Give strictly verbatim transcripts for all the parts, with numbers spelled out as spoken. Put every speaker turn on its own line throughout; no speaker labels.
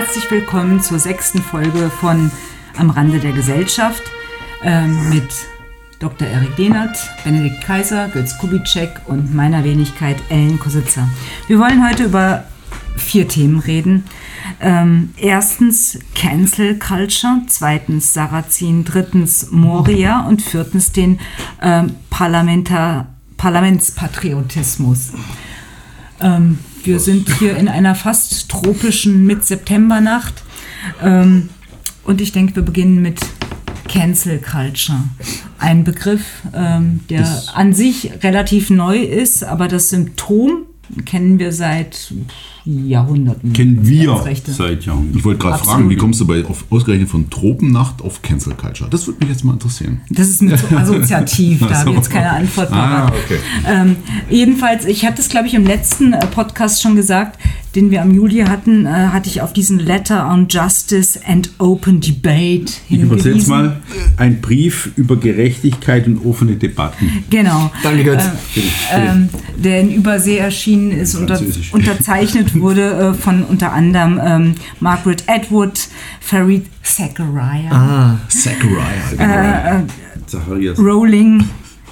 herzlich willkommen zur sechsten Folge von Am Rande der Gesellschaft ähm, mit Doktor Erik Dehnert, Benedikt Kaiser, Götz Kubitschek und meiner Wenigkeit Ellen Kositzer. Wir wollen heute über vier Themen reden. Ähm, erstens Cancel Culture, zweitens Sarrazin, drittens Moria und viertens den ähm, Parlamentar- Parlamentspatriotismus. Ähm, wir sind hier in einer fast tropischen Mit-September-Nacht ähm, und ich denke, wir beginnen mit Cancel Culture. Ein Begriff, ähm, der das an sich relativ neu ist, aber das Symptom kennen wir seit Jahrhunderten.
Kennen wir seit Jahren. Ich wollte gerade fragen, wie kommst du bei auf, ausgerechnet von Tropennacht auf Cancel Culture? Das würde mich jetzt mal interessieren.
Das ist mir zu assoziativ, da habe ich jetzt keine Antwort parat. Ah, okay. ähm, jedenfalls, ich hatte es, glaube ich, im letzten äh, Podcast schon gesagt, den wir am Juli hatten, äh, hatte ich auf diesen Letter on Justice and Open Debate hingewiesen. Ich
übersetze mal, ein Brief über Gerechtigkeit und offene Debatten.
Genau.
Danke, Götz.
Äh, äh, der in Übersee erschienen ist, unter, unterzeichnet wurde äh, von unter anderem ähm, Margaret Atwood, Fareed Zachariah,
ah, Zachariah,
äh, äh, Rowling,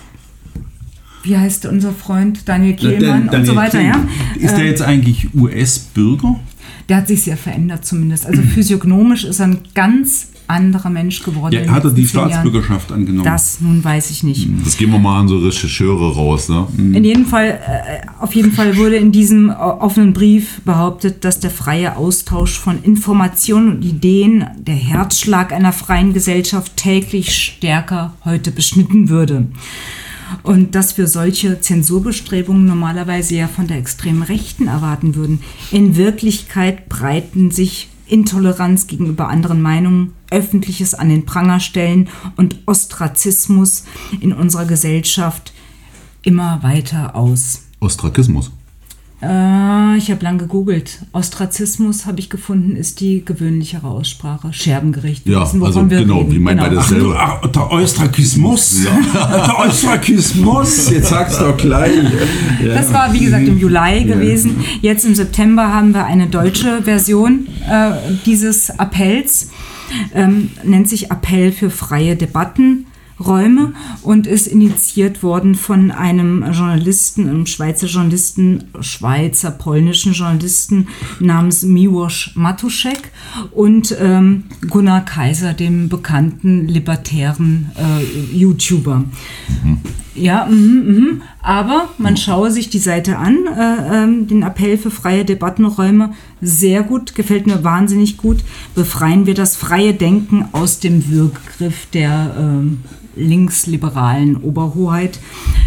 wie heißt unser Freund, Daniel Kehlmann und so weiter. Ja?
Ist der jetzt eigentlich U S-Bürger?
Der hat sich sehr verändert zumindest. Also physiognomisch ist er ein ganz anderer Mensch geworden.
Ja, hat er die Staatsbürgerschaft Jahren. angenommen?
Das nun weiß ich nicht.
Das geben wir mal an so Rechercheure raus. Ne?
In jedem Fall, äh, auf jeden Fall wurde in diesem offenen Brief behauptet, dass der freie Austausch von Informationen und Ideen, der Herzschlag einer freien Gesellschaft täglich stärker heute beschnitten würde. Und dass wir solche Zensurbestrebungen normalerweise ja von der extremen Rechten erwarten würden. In Wirklichkeit breiten sich Intoleranz gegenüber anderen Meinungen, Öffentliches an den Pranger stellen und Ostrazismus in unserer Gesellschaft immer weiter aus.
Ostrakismus?
Äh, ich habe lang gegoogelt. Ostrazismus, habe ich gefunden, ist die gewöhnlichere Aussprache. Scherbengericht.
Ja, wissen, also genau, reden. Wie meint genau. man das selber?
Ach, ach, der Ostrakismus. Ja. Der Ostrakismus. Jetzt sagst du doch gleich.
Ja. Das war, wie gesagt, im Juli gewesen. Jetzt im September haben wir eine deutsche Version äh, dieses Appells. Ähm, nennt sich Appell für freie Debatten. Räume und ist initiiert worden von einem Journalisten, einem Schweizer Journalisten, Schweizer, polnischen Journalisten namens Miłosz Matuszek und ähm, Gunnar Kaiser, dem bekannten libertären äh, YouTuber. Mhm. Ja, mh, mh. Aber man schaue sich die Seite an, äh, äh, den Appell für freie Debattenräume, sehr gut, gefällt mir wahnsinnig gut. Befreien wir das freie Denken aus dem Wirkgriff der äh, linksliberalen Oberhoheit.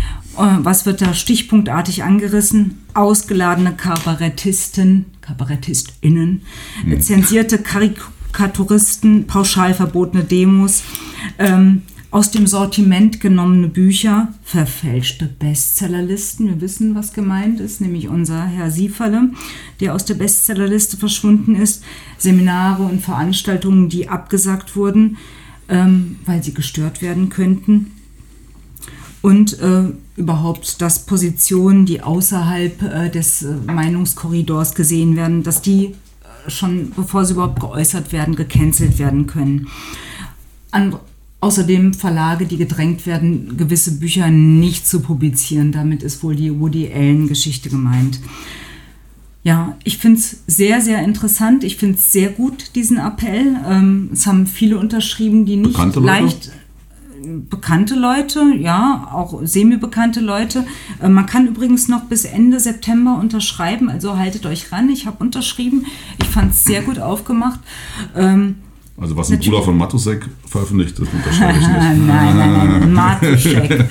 Was wird da stichpunktartig angerissen? Ausgeladene Kabarettisten, KabarettistInnen, mhm. zensierte Karikaturisten, pauschal verbotene Demos, ähm, aus dem Sortiment genommene Bücher, verfälschte Bestsellerlisten. Wir wissen, was gemeint ist, nämlich unser Herr Sieferle, der aus der Bestsellerliste verschwunden ist. Seminare und Veranstaltungen, die abgesagt wurden, ähm, weil sie gestört werden könnten. Und äh, überhaupt, dass Positionen, die außerhalb äh, des äh, Meinungskorridors gesehen werden, dass die äh, schon, bevor sie überhaupt geäußert werden, gecancelt werden können. An, außerdem Verlage, die gedrängt werden, gewisse Bücher nicht zu publizieren. Damit ist wohl die Woody Allen-Geschichte gemeint. Ja, ich finde es sehr, sehr interessant. Ich finde es sehr gut, diesen Appell. Ähm, es haben viele unterschrieben, die nicht
Bekannte
leicht... Bekannte Leute, ja, auch semi-bekannte Leute. Äh, man kann übrigens noch bis Ende September unterschreiben, also haltet euch ran. Ich habe unterschrieben. Ich fand es sehr gut aufgemacht. Ähm,
also was ein Bruder von Matuszek veröffentlicht, das unterschreibe ich nicht.
nein, nein, nein, Matuszek.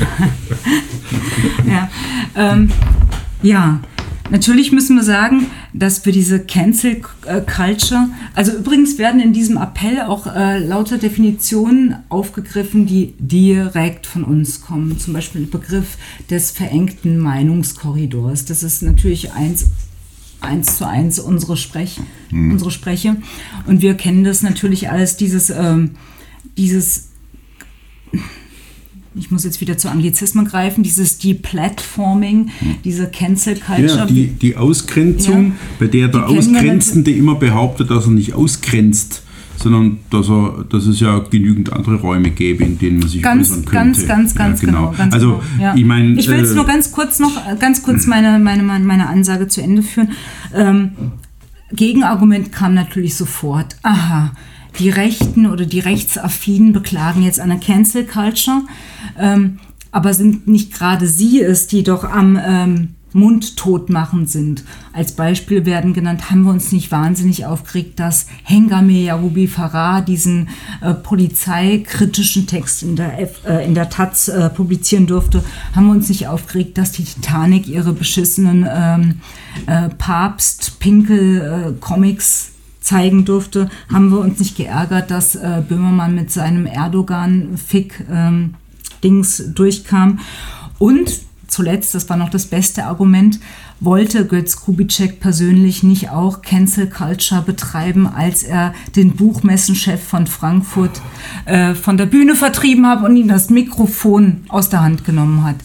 ja, ähm, ja. Natürlich müssen wir sagen, dass wir diese Cancel Culture, also übrigens werden in diesem Appell auch äh, lauter Definitionen aufgegriffen, die direkt von uns kommen. Zum Beispiel der Begriff des verengten Meinungskorridors. Das ist natürlich eins, eins zu eins unsere, Sprech, hm. unsere Spreche. Und wir kennen das natürlich alles, dieses, ähm, dieses ich muss jetzt wieder zu Anglizismen greifen, dieses Deplatforming, diese Cancel Culture.
Ja, die, die Ausgrenzung, ja, bei der der Ausgrenzende immer behauptet, dass er nicht ausgrenzt, sondern dass, er, dass es ja genügend andere Räume gäbe, in denen man sich
ganz,
äußern könnte.
Ganz, ganz, ganz
ja, genau.
genau. Ganz
also,
genau, ja.
ich meine...
Ich will jetzt
äh,
nur ganz kurz noch, ganz kurz meine, meine, meine Ansage zu Ende führen. Ähm, Gegenargument kam natürlich sofort. Aha, die Rechten oder die Rechtsaffinen beklagen jetzt eine Cancel Culture, ähm, aber sind nicht gerade sie es, die doch am ähm, mundtotmachend sind. Als Beispiel werden genannt, haben wir uns nicht wahnsinnig aufgeregt, dass Hengame Yahubi Farah diesen äh, polizeikritischen Text in der, F, äh, in der Taz äh, publizieren durfte. Haben wir uns nicht aufgeregt, dass die Titanic ihre beschissenen ähm, äh, Papst-Pinkel-Comics äh, zeigen durfte. Haben wir uns nicht geärgert, dass äh, Böhmermann mit seinem Erdogan-Fick-Dings ähm, durchkam. Und zuletzt, das war noch das beste Argument, wollte Götz Kubitschek persönlich nicht auch Cancel Culture betreiben, als er den Buchmessenchef von Frankfurt äh, von der Bühne vertrieben hat und ihm das Mikrofon aus der Hand genommen hat.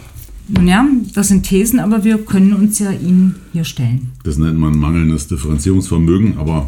Nun ja, das sind Thesen, aber wir können uns ja ihnen hier stellen.
Das nennt man mangelndes Differenzierungsvermögen, aber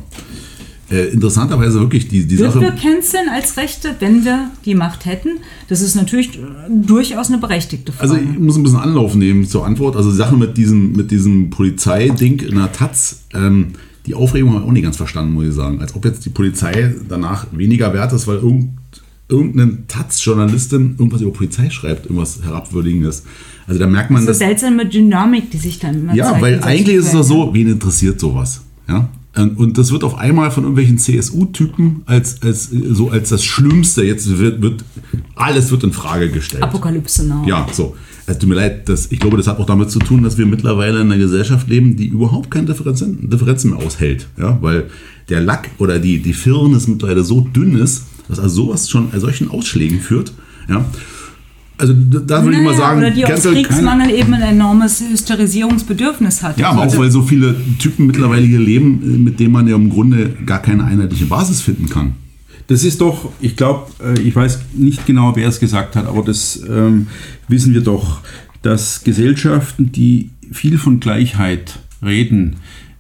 äh, interessanterweise wirklich die, die
Würden
Sache...
wir canceln als Rechte, wenn wir die Macht hätten? Das ist natürlich durchaus eine berechtigte Frage.
Also ich muss ein bisschen Anlauf nehmen zur Antwort. Also die Sache mit diesem, mit diesem Polizeiding in der Taz, ähm, die Aufregung habe ich auch nicht ganz verstanden, muss ich sagen. Als ob jetzt die Polizei danach weniger wert ist, weil irgend, irgendeine Taz-Journalistin irgendwas über Polizei schreibt, irgendwas Herabwürdigendes. Also da merkt man
das ist eine seltsame Dynamik, die sich dann immer
ja,
zeigt.
Ja, weil eigentlich ist es doch so, wen interessiert sowas? Ja? Und das wird auf einmal von irgendwelchen C S U-Typen als, als, so als das Schlimmste, jetzt wird, wird alles wird in Frage gestellt.
Apokalypse now.
Ja, so. Es tut mir leid, das, ich glaube, das hat auch damit zu tun, dass wir mittlerweile in einer Gesellschaft leben, die überhaupt keine Differenzen, Differenzen mehr aushält. Ja? Weil der Lack oder die, die Firnis mittlerweile so dünn ist, dass also sowas schon bei solchen Ausschlägen führt. Ja? Also da würde naja, ich mal sagen,
oder die aus Kriegsmangel eben ein enormes Hysterisierungsbedürfnis hat.
Ja, aber also auch weil so viele Typen mittlerweile hier leben, mit denen man ja im Grunde gar keine einheitliche Basis finden kann.
Das ist doch, ich glaube, ich weiß nicht genau, wer es gesagt hat, aber das ähm, wissen wir doch, dass Gesellschaften, die viel von Gleichheit reden,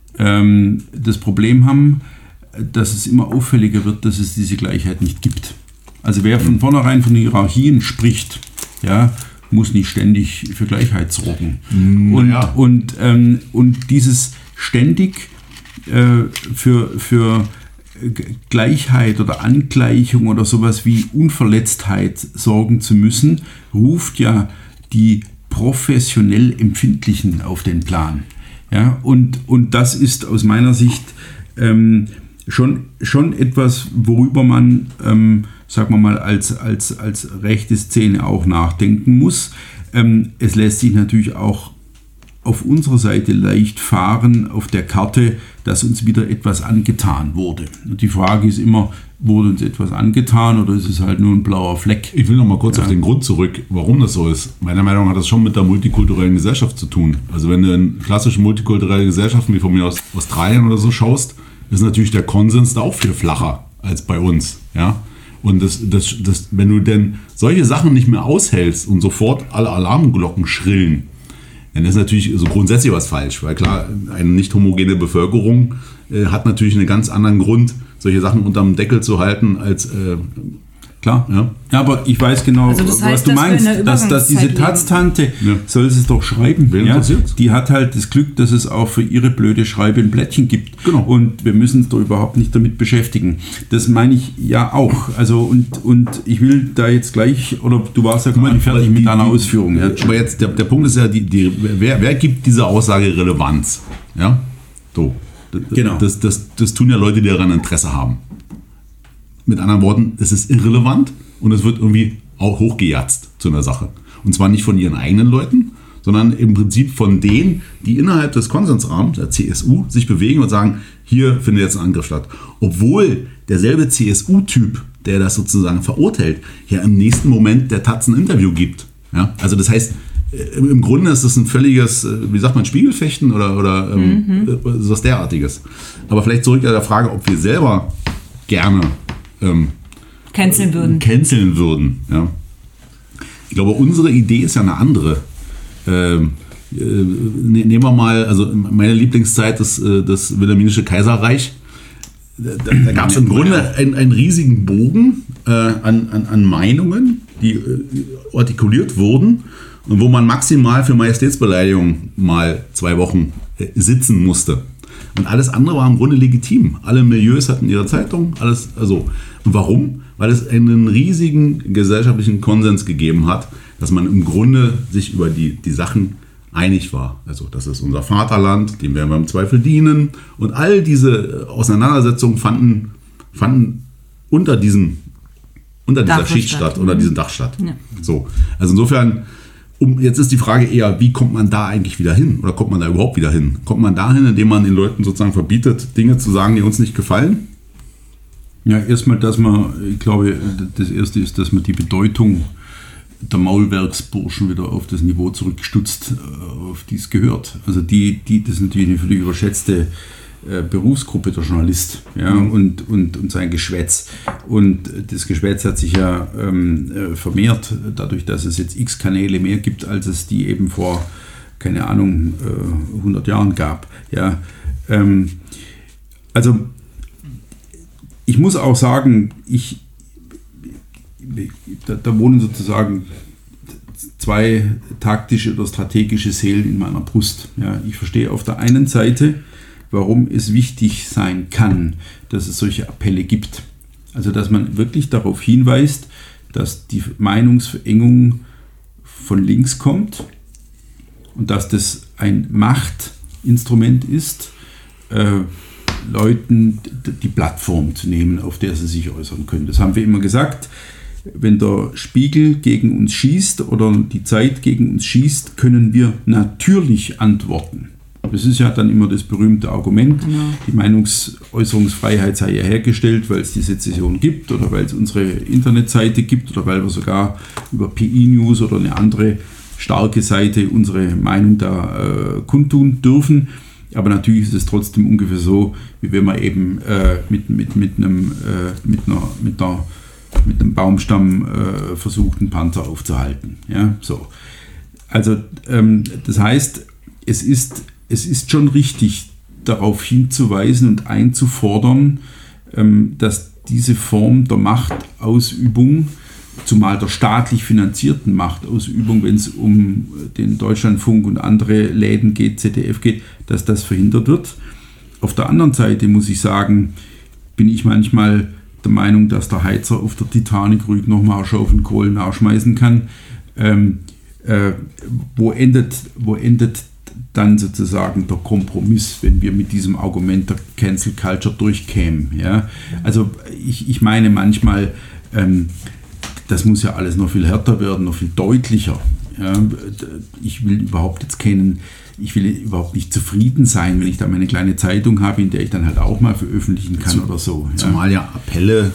ähm, das Problem haben, dass es immer auffälliger wird, dass es diese Gleichheit nicht gibt. Also wer von vornherein von Hierarchien spricht, ja, muss nicht ständig für Gleichheit sorgen. Mm, und, ja. und, ähm, und dieses ständig äh, für, für Gleichheit oder Angleichung oder sowas wie Unverletztheit sorgen zu müssen, ruft ja die professionell Empfindlichen auf den Plan. Ja, und, und das ist aus meiner Sicht ähm, schon, schon etwas, worüber man ähm, sagen wir mal, als, als, als rechte Szene auch nachdenken muss. Ähm, es lässt sich natürlich auch auf unserer Seite leicht fahren auf der Karte, dass uns wieder etwas angetan wurde. Und die Frage ist immer, wurde uns etwas angetan oder ist es halt nur ein blauer Fleck?
Ich will noch mal kurz ja. auf den Grund zurück, warum das so ist. Meiner Meinung nach hat das schon mit der multikulturellen Gesellschaft zu tun. Also wenn du in klassische multikulturelle Gesellschaften wie von mir aus Australien oder so schaust, ist natürlich der Konsens da auch viel flacher als bei uns. Ja? Und das, das, das, wenn du denn solche Sachen nicht mehr aushältst und sofort alle Alarmglocken schrillen, dann ist natürlich so grundsätzlich was falsch. Weil klar, eine nicht homogene Bevölkerung äh, hat natürlich einen ganz anderen Grund, solche Sachen unterm Deckel zu halten, als... Äh,
Klar, ja. ja, aber ich weiß genau, also das heißt, was du meinst, dass, dass diese Taz-Tante, ja. soll es doch schreiben. Ja? Die hat halt das Glück, dass es auch für ihre blöde Schreibe ein Blättchen gibt. Genau. Und wir müssen uns doch überhaupt nicht damit beschäftigen. Das meine ich ja auch. Also und, und ich will da jetzt gleich, oder du warst ja gerade fertig mit deiner Ausführung. Ja.
Aber jetzt, der, der Punkt ist ja, die, die, wer, wer gibt dieser Aussage Relevanz? Ja, so. Genau. Das, das, das tun ja Leute, die daran Interesse haben. Mit anderen Worten, es ist irrelevant und es wird irgendwie auch hochgejatzt zu einer Sache. Und zwar nicht von ihren eigenen Leuten, sondern im Prinzip von denen, die innerhalb des Konsensrahmens, der C S U, sich bewegen und sagen, hier findet jetzt ein Angriff statt. Obwohl derselbe C S U-Typ, der das sozusagen verurteilt, ja im nächsten Moment der Taz ein Interview gibt. Ja? Also das heißt, im Grunde ist das ein völliges, wie sagt man, Spiegelfechten oder, oder mhm. ähm, was derartiges. Aber vielleicht zurück zu der Frage, ob wir selber gerne Ähm,
canceln würden.
Canceln würden, ja. Ich glaube, unsere Idee ist ja eine andere. Ähm, äh, nehmen wir mal, also meine Lieblingszeit, das, das Wilhelminische Kaiserreich. Da, da gab es im Grunde einen, einen riesigen Bogen äh, an, an, an Meinungen, die äh, artikuliert wurden und wo man maximal für Majestätsbeleidigung mal zwei Wochen äh, sitzen musste. Und alles andere war im Grunde legitim. Alle Milieus hatten ihre Zeitung, alles, also. Und warum? Weil es einen riesigen gesellschaftlichen Konsens gegeben hat, dass man im Grunde sich über die, die Sachen einig war. Also das ist unser Vaterland, dem werden wir im Zweifel dienen. Und all diese Auseinandersetzungen fanden, fanden unter diesem unter dieser Schicht statt, unter diesem Dach statt. Ja. So. Also insofern, um, jetzt ist die Frage eher, wie kommt man da eigentlich wieder hin? Oder kommt man da überhaupt wieder hin? Kommt man dahin, indem man den Leuten sozusagen verbietet, Dinge zu sagen, die uns nicht gefallen?
Ja, erstmal, dass man, ich glaube, das Erste ist, dass man die Bedeutung der Maulwerksburschen wieder auf das Niveau zurückstutzt, auf die es gehört. Also die, die, das ist natürlich eine völlig überschätzte äh, Berufsgruppe, der Journalist, ja, mhm. und, und, und sein Geschwätz. Und das Geschwätz hat sich ja ähm, vermehrt, dadurch, dass es jetzt x Kanäle mehr gibt, als es die eben vor, keine Ahnung, äh, hundert Jahren gab. Ja, ähm, also ich muss auch sagen, ich Da, da wohnen sozusagen zwei taktische oder strategische Seelen in meiner Brust. Ja, ich verstehe auf der einen Seite, warum es wichtig sein kann, dass es solche Appelle gibt. Also dass man wirklich darauf hinweist, dass die Meinungsverengung von links kommt und dass das ein Machtinstrument ist, äh, Leuten die Plattform zu nehmen, auf der sie sich äußern können. Das haben wir immer gesagt. Wenn der Spiegel gegen uns schießt oder die Zeit gegen uns schießt, können wir natürlich antworten. Das ist ja dann immer das berühmte Argument, genau. Die Meinungsäußerungsfreiheit sei ja hergestellt, weil es die Sezession gibt oder weil es unsere Internetseite gibt oder weil wir sogar über P I News oder eine andere starke Seite unsere Meinung da äh, kundtun dürfen. Aber natürlich ist es trotzdem ungefähr so, wie wenn man eben äh, mit, mit, mit, einem, äh, mit, einer, mit, einer, mit einem Baumstamm äh, versucht, einen Panzer aufzuhalten. Ja, so. Also ähm, das heißt, es ist, es ist schon richtig, darauf hinzuweisen und einzufordern, ähm, dass diese Form der Machtausübung, zumal der staatlich finanzierten Machtausübung, wenn es um den Deutschlandfunk und andere Läden geht, Z D F geht, dass das verhindert wird. Auf der anderen Seite muss ich sagen, bin ich manchmal der Meinung, dass der Heizer auf der Titanic ruhig noch mal einen Schaufeln Kohle nachschmeißen kann. Ähm, äh, wo endet, wo endet dann sozusagen der Kompromiss, wenn wir mit diesem Argument der Cancel Culture durchkämen? Ja? Also ich, ich meine manchmal, ähm, das muss ja alles noch viel härter werden, noch viel deutlicher. Ja, ich will überhaupt jetzt keinen, ich will überhaupt nicht zufrieden sein, wenn ich da meine kleine Zeitung habe, in der ich dann halt auch mal veröffentlichen kann Zum, oder so. Ja.
Zumal ja Appelle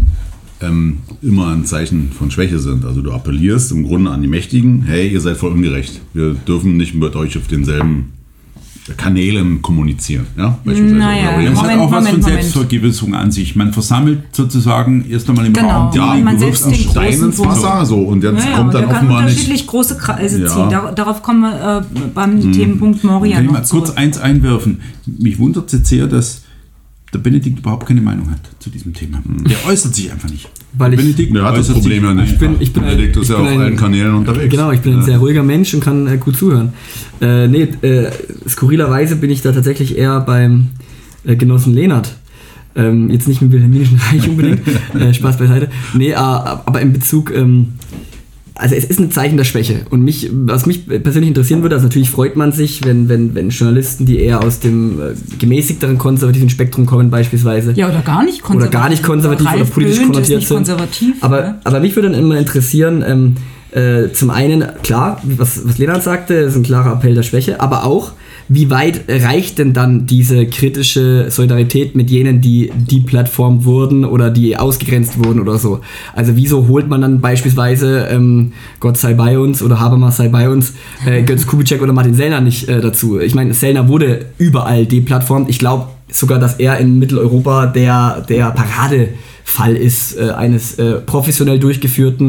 ähm, immer ein Zeichen von Schwäche sind. Also du appellierst im Grunde an die Mächtigen, hey, ihr seid voll ungerecht. Wir dürfen nicht mit euch auf denselben Kanälen kommunizieren. Ja?
Naja, das hat auch was von Selbstvergewissung an sich. Man versammelt sozusagen erst einmal im
genau.
Raum.
Ja,
man setzt den Stein ins Wasser. So. Und jetzt ja, kommt dann offenbar nicht...
unterschiedlich große Kreise ja. ziehen. Dar- darauf kommen wir äh, beim hm. Themenpunkt Moria
Kann
noch
ich mal zurück. kurz eins einwerfen. Mich wundert es jetzt sehr, dass der Benedikt überhaupt keine Meinung hat zu diesem Thema. Hm. Der äußert sich einfach nicht.
Weil ich,
Benedikt der hat das Problem ja nicht.
Ich bin, ich bin
Benedikt ist ja auf ein, allen Kanälen unterwegs.
Genau, ich bin ja. ein sehr ruhiger Mensch und kann äh, gut zuhören. Äh, nee, äh, skurrilerweise bin ich da tatsächlich eher beim äh, Genossen Lehnert. Ähm, jetzt nicht mit dem Wilhelminischen Reich unbedingt, äh, Spaß beiseite. Nee, äh, aber in Bezug... Ähm, Also es ist ein Zeichen der Schwäche und mich, was mich persönlich interessieren würde, also natürlich freut man sich, wenn, wenn, wenn Journalisten, die eher aus dem äh, gemäßigteren konservativen Spektrum kommen beispielsweise.
Ja, oder gar nicht konservativ.
Oder gar nicht konservativ oder, oder politisch konnotiert sind. Aber, ja. aber mich würde dann immer interessieren, ähm, äh, zum einen, klar, was, was Lennart sagte, ist ein klarer Appell der Schwäche, aber auch, wie weit reicht denn dann diese kritische Solidarität mit jenen, die deplattformt wurden oder die ausgegrenzt wurden oder so? Also wieso holt man dann beispielsweise ähm, Gott sei bei uns oder Habermas sei bei uns äh, Götz Kubitschek oder Martin Sellner nicht äh, dazu? Ich meine, Sellner wurde überall deplattformt. Ich glaube sogar, dass er in Mitteleuropa der, der Paradefall ist äh, eines äh, professionell durchgeführten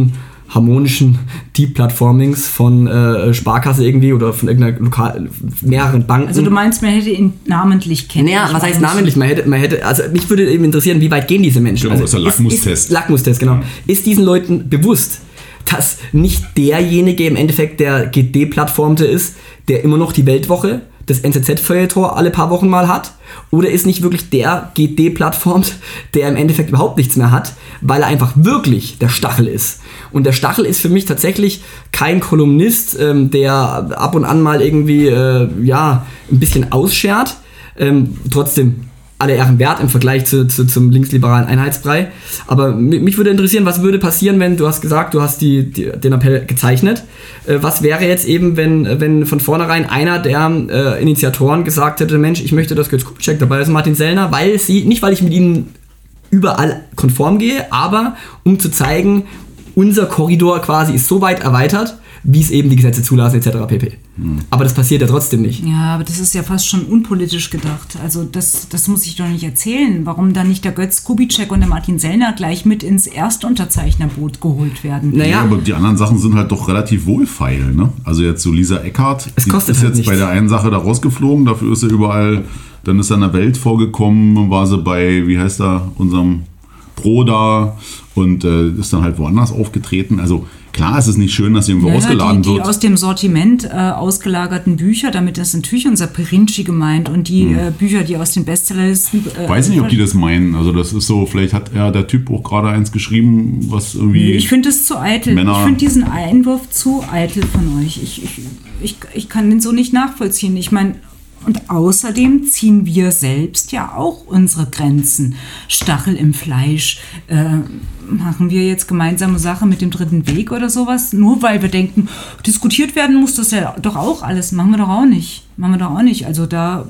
harmonischen Deep-Platformings von äh, Sparkasse irgendwie oder von irgendeiner lokal mehreren Banken.
Also du meinst, man hätte ihn namentlich kennen?
Naja, was heißt namentlich? Man hätte, man hätte, also mich würde eben interessieren, wie weit gehen diese Menschen?
Genau,
also,
das ist der Lackmustest.
Ist, ist, Lackmustest, genau. Ja. Ist diesen Leuten bewusst, dass nicht derjenige im Endeffekt der G D-Plattformte ist, der immer noch die Weltwoche, das N Z Z-Feuilleton alle paar Wochen mal hat? Oder ist nicht wirklich der G D-Plattformt, der im Endeffekt überhaupt nichts mehr hat, weil er einfach wirklich der Stachel ist? Und der Stachel ist für mich tatsächlich kein Kolumnist, ähm, der ab und an mal irgendwie äh, ja, ein bisschen ausschert. Ähm, trotzdem alle Ehren wert im Vergleich zu, zu, zum linksliberalen Einheitsbrei. Aber mich würde interessieren, was würde passieren, wenn, du hast gesagt, du hast die, die, den Appell gezeichnet. Äh, was wäre jetzt eben, wenn, wenn von vornherein einer der äh, Initiatoren gesagt hätte, Mensch, ich möchte, dass Götz Kubitschek dabei ist, Martin Sellner, weil sie, nicht weil ich mit ihnen überall konform gehe, aber um zu zeigen, unser Korridor quasi ist so weit erweitert, wie es eben die Gesetze zulassen, et cetera pp. Hm. Aber das passiert ja trotzdem nicht.
Ja, aber das ist ja fast schon unpolitisch gedacht. Also das, das muss ich doch nicht erzählen. Warum dann nicht der Götz Kubitschek und der Martin Sellner gleich mit ins Erstunterzeichnerboot geholt werden?
Naja, ja, aber die anderen Sachen sind halt doch relativ wohlfeil. Ne? Also jetzt so Lisa Eckhardt,
es
die ist
halt
jetzt
nichts.
bei der einen Sache da rausgeflogen, dafür ist sie überall, dann ist er in der Welt vorgekommen, war sie bei, wie heißt er, unserem Pro da und äh, ist dann halt woanders aufgetreten. Also klar ist es nicht schön, dass irgendwo
naja,
ausgeladen
die, die
wird.
aus dem Sortiment äh, ausgelagerten Bücher, damit ist natürlich unser Perinci gemeint und die hm. äh, Bücher, die aus den Bestsellerlisten...
Ich äh, weiß nicht, ob die das meinen. Also das ist so, vielleicht hat er der Typ auch gerade eins geschrieben, was irgendwie...
Ich finde es zu eitel.
Männer
ich finde diesen Einwurf zu eitel von euch. Ich, ich, ich, ich kann den so nicht nachvollziehen. Ich meine... Und außerdem ziehen wir selbst ja auch unsere Grenzen. Stachel im Fleisch. Äh, machen wir jetzt gemeinsame Sache mit dem dritten Weg oder sowas? Nur weil wir denken, diskutiert werden muss das ja doch auch alles. Machen wir doch auch nicht. Machen wir doch auch nicht. Also da...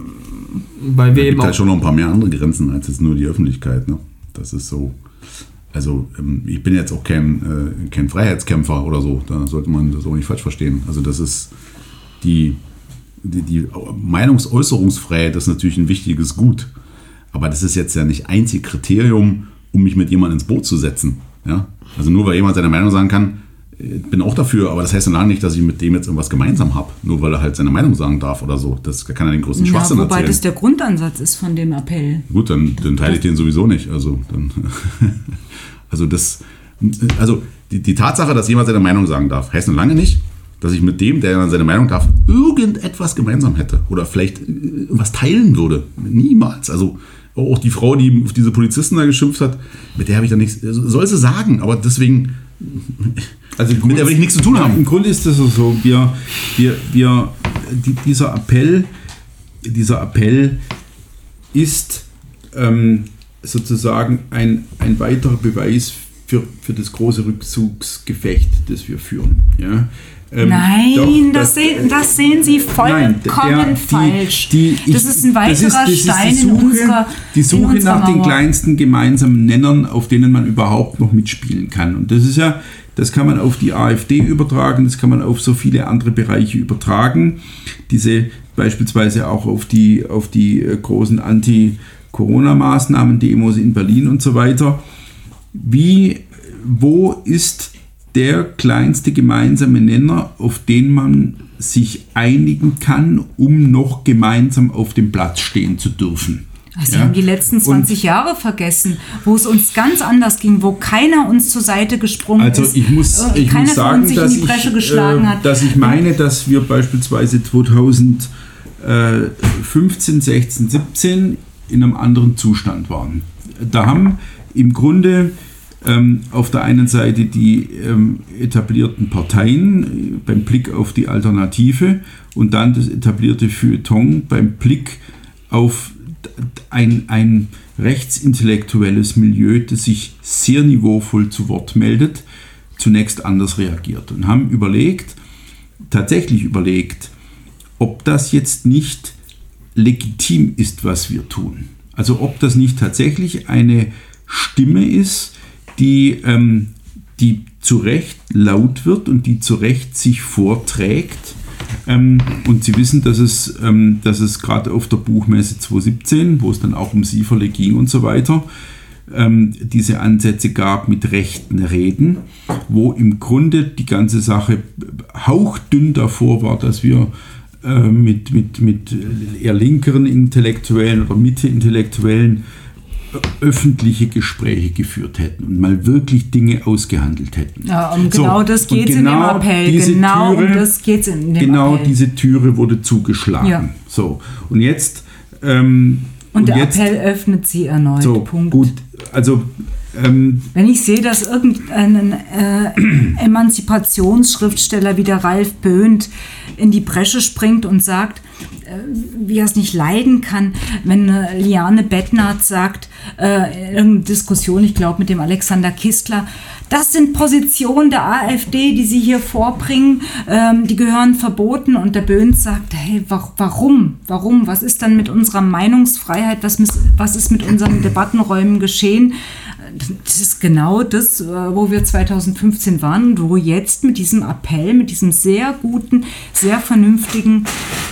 Weil wir es gibt halt schon noch ein paar mehr andere Grenzen als jetzt nur die Öffentlichkeit. Ne? Das ist so... Also ich bin jetzt auch kein, äh, kein Freiheitskämpfer oder so. Da sollte man das auch nicht falsch verstehen. Also das ist die... Die, die Meinungsäußerungsfreiheit ist natürlich ein wichtiges Gut, aber das ist jetzt ja nicht einzig Kriterium, um mich mit jemandem ins Boot zu setzen. Ja? Also nur weil jemand seine Meinung sagen kann, ich bin auch dafür, aber das heißt ja lange nicht, dass ich mit dem jetzt irgendwas gemeinsam habe, nur weil er halt seine Meinung sagen darf oder so. Das kann ja den größten
ja,
Schwachsinn
wobei
erzählen.
Das der Grundansatz ist von dem Appell.
Gut, dann, dann teile ich den sowieso nicht. Also, dann, also, das, also die, die Tatsache, dass jemand seine Meinung sagen darf, heißt noch lange nicht, dass ich mit dem, der dann seine Meinung darf, irgendetwas gemeinsam hätte oder vielleicht was teilen würde. Niemals. Also auch die Frau, die auf diese Polizisten da geschimpft hat, mit der habe ich dann nichts, soll sie sagen, aber deswegen,
also
mit der will ich nichts zu tun haben.
Im Grunde ist das so, wir, wir, wir, die, dieser Appell, dieser Appell ist ähm, sozusagen ein, ein weiterer Beweis für, für das große Rückzugsgefecht, das wir führen. Ja?
Ähm, Nein, doch, das, das, sehen, das sehen Sie vollkommen nein, der, falsch. Die, die, das ist ein weiterer das ist, das Stein ist Suche, in unserer
Die Suche
in
nach
Mauer.
Den kleinsten gemeinsamen Nennern, auf denen man überhaupt noch mitspielen kann. Und das ist ja, das kann man auf die AfD übertragen, das kann man auf so viele andere Bereiche übertragen. Diese beispielsweise auch auf die, auf die großen Anti-Corona-Maßnahmen, Demos in Berlin und so weiter. Wie, wo ist der kleinste gemeinsame Nenner, auf den man sich einigen kann, um noch gemeinsam auf dem Platz stehen zu dürfen?
Sie ja? haben die letzten zwanzig und Jahre vergessen, wo es uns ganz anders ging, wo keiner uns zur Seite gesprungen
also
ist.
Ich muss, ich
keiner
muss sagen,
sich
dass,
in die Bresche
ich,
geschlagen
äh,
hat.
dass ich meine, dass wir beispielsweise zweitausendfünfzehn, sechzehn, siebzehn in einem anderen Zustand waren. Da haben im Grunde Ähm, auf der einen Seite die ähm, etablierten Parteien äh, beim Blick auf die Alternative und dann das etablierte Feuilleton beim Blick auf ein, ein rechtsintellektuelles Milieu, das sich sehr niveauvoll zu Wort meldet, zunächst anders reagiert und haben überlegt, tatsächlich überlegt, ob das jetzt nicht legitim ist, was wir tun. Also ob das nicht tatsächlich eine Stimme ist, die, ähm, die zu Recht laut wird und die zu Recht sich vorträgt. Ähm, und Sie wissen, dass es, ähm, dass es gerade auf der Buchmesse zwanzig siebzehn, wo es dann auch um Sieferle ging und so weiter, ähm, diese Ansätze gab mit rechten Reden, wo im Grunde die ganze Sache hauchdünn davor war, dass wir äh, mit, mit, mit eher linkeren Intellektuellen oder Mitte-Intellektuellen öffentliche Gespräche geführt hätten und mal wirklich Dinge ausgehandelt hätten.
Ja, um genau so, das geht es genau in dem Appell. Genau Türe, um das geht es in dem
Genau
Appell.
diese Türe wurde zugeschlagen. Ja. So, und jetzt... Ähm,
und, und der jetzt, Appell öffnet sie erneut.
So,
Punkt.
Gut, also... Ähm,
Wenn ich sehe, dass irgendein äh, Emanzipationsschriftsteller wie der Ralf Böhnt in die Bresche springt und sagt, äh, wie er es nicht leiden kann, wenn äh, Liane Bettnarz sagt, äh, irgendeine Diskussion, ich glaube mit dem Alexander Kistler, das sind Positionen der AfD, die sie hier vorbringen, ähm, die gehören verboten. Und der Böhnt sagt, hey, wa- warum? Warum? Was ist dann mit unserer Meinungsfreiheit? Was, mis- was ist mit unseren Debattenräumen geschehen? Das ist genau das, wo wir zwanzig fünfzehn waren und wo jetzt mit diesem Appell, mit diesem sehr guten, sehr vernünftigen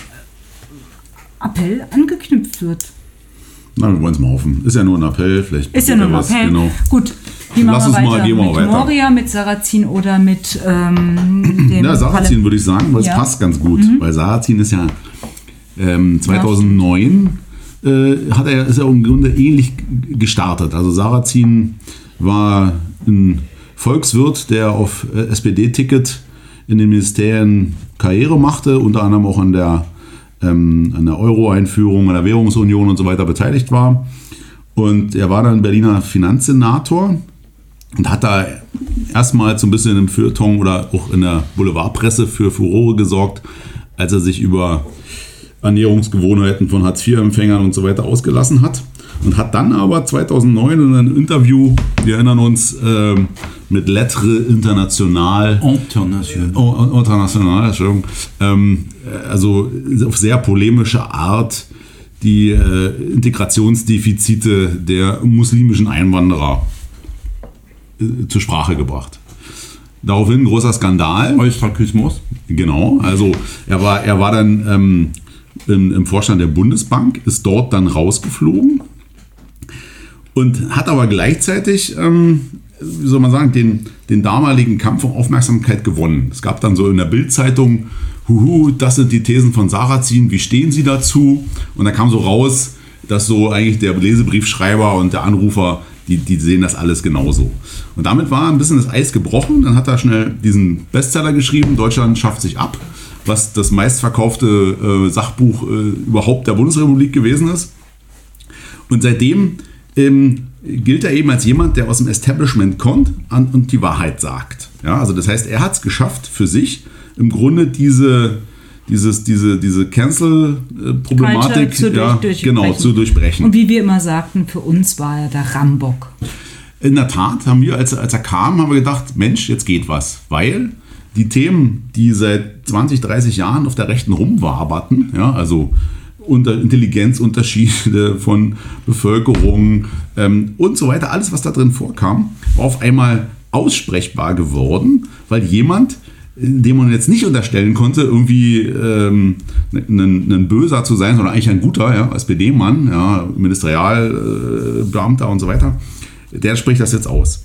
Appell angeknüpft wird.
Na, wir wollen es mal hoffen. Ist ja nur ein Appell. Vielleicht
ist ja nur ein
was,
Appell.
Genau.
Gut, wie
Lass
machen wir
uns
weiter?
Mal, gehen wir
mit
weiter.
Moria, mit Sarrazin oder mit ähm, dem...
Ja, Sarrazin würde ich sagen, weil ja. es passt ganz gut. Mhm. Weil Sarrazin ist ja ähm, zweitausendneun... Ja. Äh, hat er, ist er im Grunde ähnlich gestartet. Also Sarrazin war ein Volkswirt, der auf S P D-Ticket in den Ministerien Karriere machte, unter anderem auch an der, ähm, an der Euro-Einführung, an der Währungsunion und so weiter beteiligt war. Und er war dann Berliner Finanzsenator und hat da erstmals so ein bisschen im Feuilleton oder auch in der Boulevardpresse für Furore gesorgt, als er sich über Ernährungsgewohnheiten von Hartz vier Empfängern und so weiter ausgelassen hat. Und hat dann aber zweitausendneun in einem Interview, wir erinnern uns, äh, mit Lettre International,
International,
oh, International Entschuldigung, ähm, also auf sehr polemische Art die äh, Integrationsdefizite der muslimischen Einwanderer äh, zur Sprache gebracht. Daraufhin ein großer Skandal.
Ostrakismus.
Genau, also er war, er war dann ähm, im, im Vorstand der Bundesbank, ist dort dann rausgeflogen und hat aber gleichzeitig, ähm, wie soll man sagen, den, den damaligen Kampf um Aufmerksamkeit gewonnen. Es gab dann so in der Bild-Zeitung, huhu, das sind die Thesen von Sarrazin, wie stehen Sie dazu? Und da kam so raus, dass so eigentlich der Lesebriefschreiber und der Anrufer, die, die sehen das alles genauso. Und damit war ein bisschen das Eis gebrochen. Dann hat er schnell diesen Bestseller geschrieben, Deutschland schafft sich ab, was das meistverkaufte äh, Sachbuch äh, überhaupt der Bundesrepublik gewesen ist. Und seitdem ähm, gilt er eben als jemand, der aus dem Establishment kommt und die Wahrheit sagt. Ja, also das heißt, er hat es geschafft, für sich im Grunde diese, dieses, diese, diese Cancel-Problematik
zu,
ja,
durch,
genau, zu durchbrechen.
Und wie wir immer sagten, für uns war er der Rambock.
In der Tat haben wir, als, als er kam, haben wir gedacht, Mensch, jetzt geht was. Weil die Themen, die seit zwanzig, dreißig Jahren auf der Rechten rumwaberten, ja, also unter Intelligenzunterschiede von Bevölkerung ähm, und so weiter, alles, was da drin vorkam, war auf einmal aussprechbar geworden, weil jemand, dem man jetzt nicht unterstellen konnte, irgendwie ähm, ein, ein Böser zu sein, sondern eigentlich ein guter, ja, S P D-Mann, ja, Ministerialbeamter äh, und so weiter, der spricht das jetzt aus.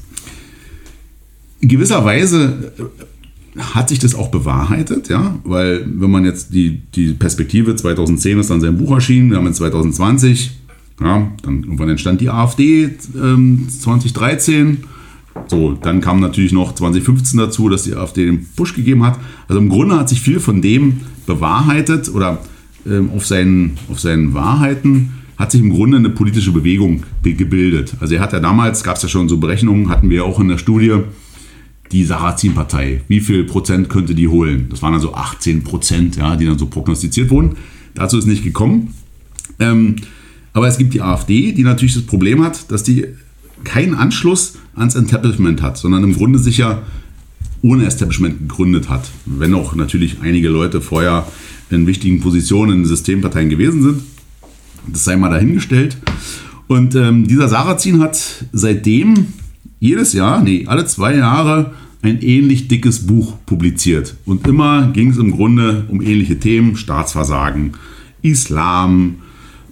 In gewisser Weise hat sich das auch bewahrheitet, ja, weil wenn man jetzt die, die Perspektive, zweitausendzehn ist dann sein Buch erschienen, wir haben jetzt zwanzig zwanzig, ja, dann irgendwann entstand die AfD ähm, zwanzig dreizehn, so, dann kam natürlich noch zwanzig fünfzehn dazu, dass die AfD den Push gegeben hat. Also im Grunde hat sich viel von dem bewahrheitet oder ähm, auf, seinen, auf seinen Wahrheiten hat sich im Grunde eine politische Bewegung be- gebildet. Also er hat ja damals, gab es ja schon so Berechnungen, hatten wir auch in der Studie, die Sarrazin-Partei, wie viel Prozent könnte die holen? Das waren also achtzehn Prozent, ja, die dann so prognostiziert wurden. Dazu ist nicht gekommen. Ähm, aber es gibt die AfD, die natürlich das Problem hat, dass die keinen Anschluss ans Establishment hat, sondern im Grunde sich ja ohne Establishment gegründet hat. Wenn auch natürlich einige Leute vorher in wichtigen Positionen in Systemparteien gewesen sind. Das sei mal dahingestellt. Und ähm, dieser Sarrazin hat seitdem jedes Jahr, nee, alle zwei Jahre ein ähnlich dickes Buch publiziert. Und immer ging es im Grunde um ähnliche Themen, Staatsversagen, Islam,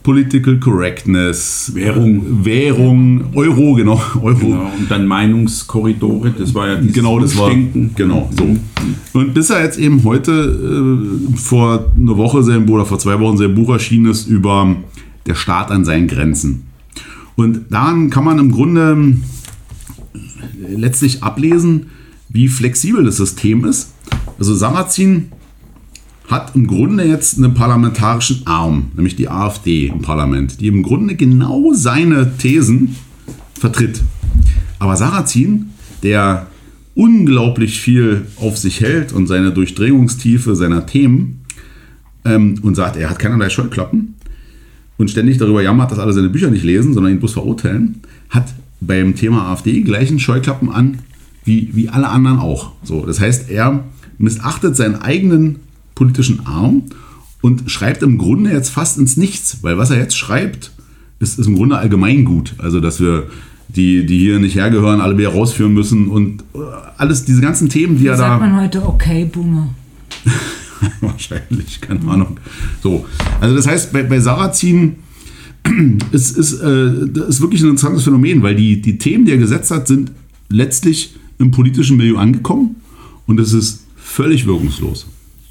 Political Correctness,
Währung,
Währung, Euro, genau, Euro.
Genau, und dann Meinungskorridore, das war ja dieses
Genau, das war,
Denken.
genau, so. Und bis er jetzt eben heute, äh, vor einer Woche sein Buch, oder vor zwei Wochen sein Buch erschienen ist über der Staat an seinen Grenzen. Und daran kann man im Grunde letztlich ablesen, wie flexibel das System ist. Also Sarrazin hat im Grunde jetzt einen parlamentarischen Arm, nämlich die AfD im Parlament, die im Grunde genau seine Thesen vertritt. Aber Sarrazin, der unglaublich viel auf sich hält und seine Durchdringungstiefe seiner Themen ähm, und sagt, er hat keinerlei Scheuklappen und ständig darüber jammert, dass alle seine Bücher nicht lesen, sondern ihn bloß verurteilen, hat beim Thema AfD gleichen Scheuklappen an wie, wie alle anderen auch. So, das heißt, er missachtet seinen eigenen politischen Arm und schreibt im Grunde jetzt fast ins Nichts, weil was er jetzt schreibt, ist, ist im Grunde Allgemeingut. Also, dass wir die, die hier nicht hergehören, alle wieder rausführen müssen und alles, diese ganzen Themen, die
Wie
er
sagt
da...
man heute, okay, Boomer.
Wahrscheinlich, keine Ahnung. So, also das heißt, bei, bei Sarrazin ist, ist, äh, das ist wirklich ein interessantes Phänomen, weil die, die Themen, die er gesetzt hat, sind letztlich im politischen Milieu angekommen und es ist völlig wirkungslos.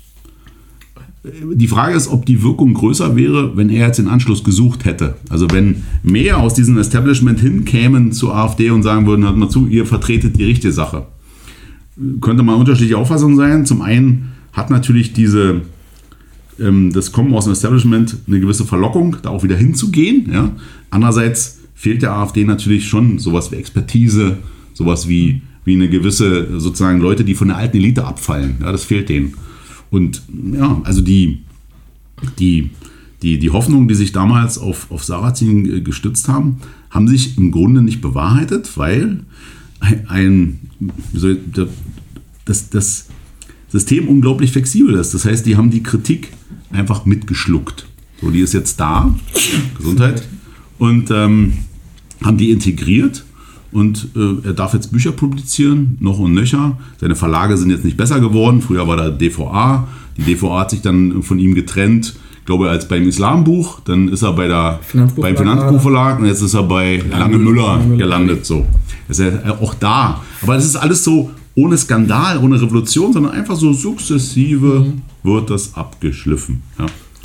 Die Frage ist, ob die Wirkung größer wäre, wenn er jetzt den Anschluss gesucht hätte. Also wenn mehr aus diesem Establishment hinkämen zur AfD und sagen würden, hört mal zu, ihr vertretet die richtige Sache. Könnte man unterschiedliche Auffassungen sein. Zum einen hat natürlich diese, ähm, das Kommen aus dem Establishment eine gewisse Verlockung, da auch wieder hinzugehen. Ja? Andererseits fehlt der AfD natürlich schon sowas wie Expertise, sowas wie, wie eine gewisse, sozusagen Leute, die von der alten Elite abfallen. Ja, das fehlt denen. Und ja, also die, die, die, die Hoffnungen, die sich damals auf, auf Sarrazin gestützt haben, haben sich im Grunde nicht bewahrheitet, weil ein, ein wie soll ich, das, das System unglaublich flexibel ist. Das heißt, die haben die Kritik einfach mitgeschluckt. So, die ist jetzt da, Gesundheit, und ähm, haben die integriert. Und äh, er darf jetzt Bücher publizieren, noch und nöcher. Seine Verlage sind jetzt nicht besser geworden. Früher war da D V A. Die D V A hat sich dann von ihm getrennt, glaube ich, als beim Islambuch. Dann ist er bei der,
Finanzbuch
beim Finanzbuchverlag und jetzt ist er bei Lange, Lange Müller, Müller gelandet. So. Ist er auch da. Aber das ist alles so ohne Skandal, ohne Revolution, sondern einfach so sukzessive mhm. wird das abgeschliffen. Ja.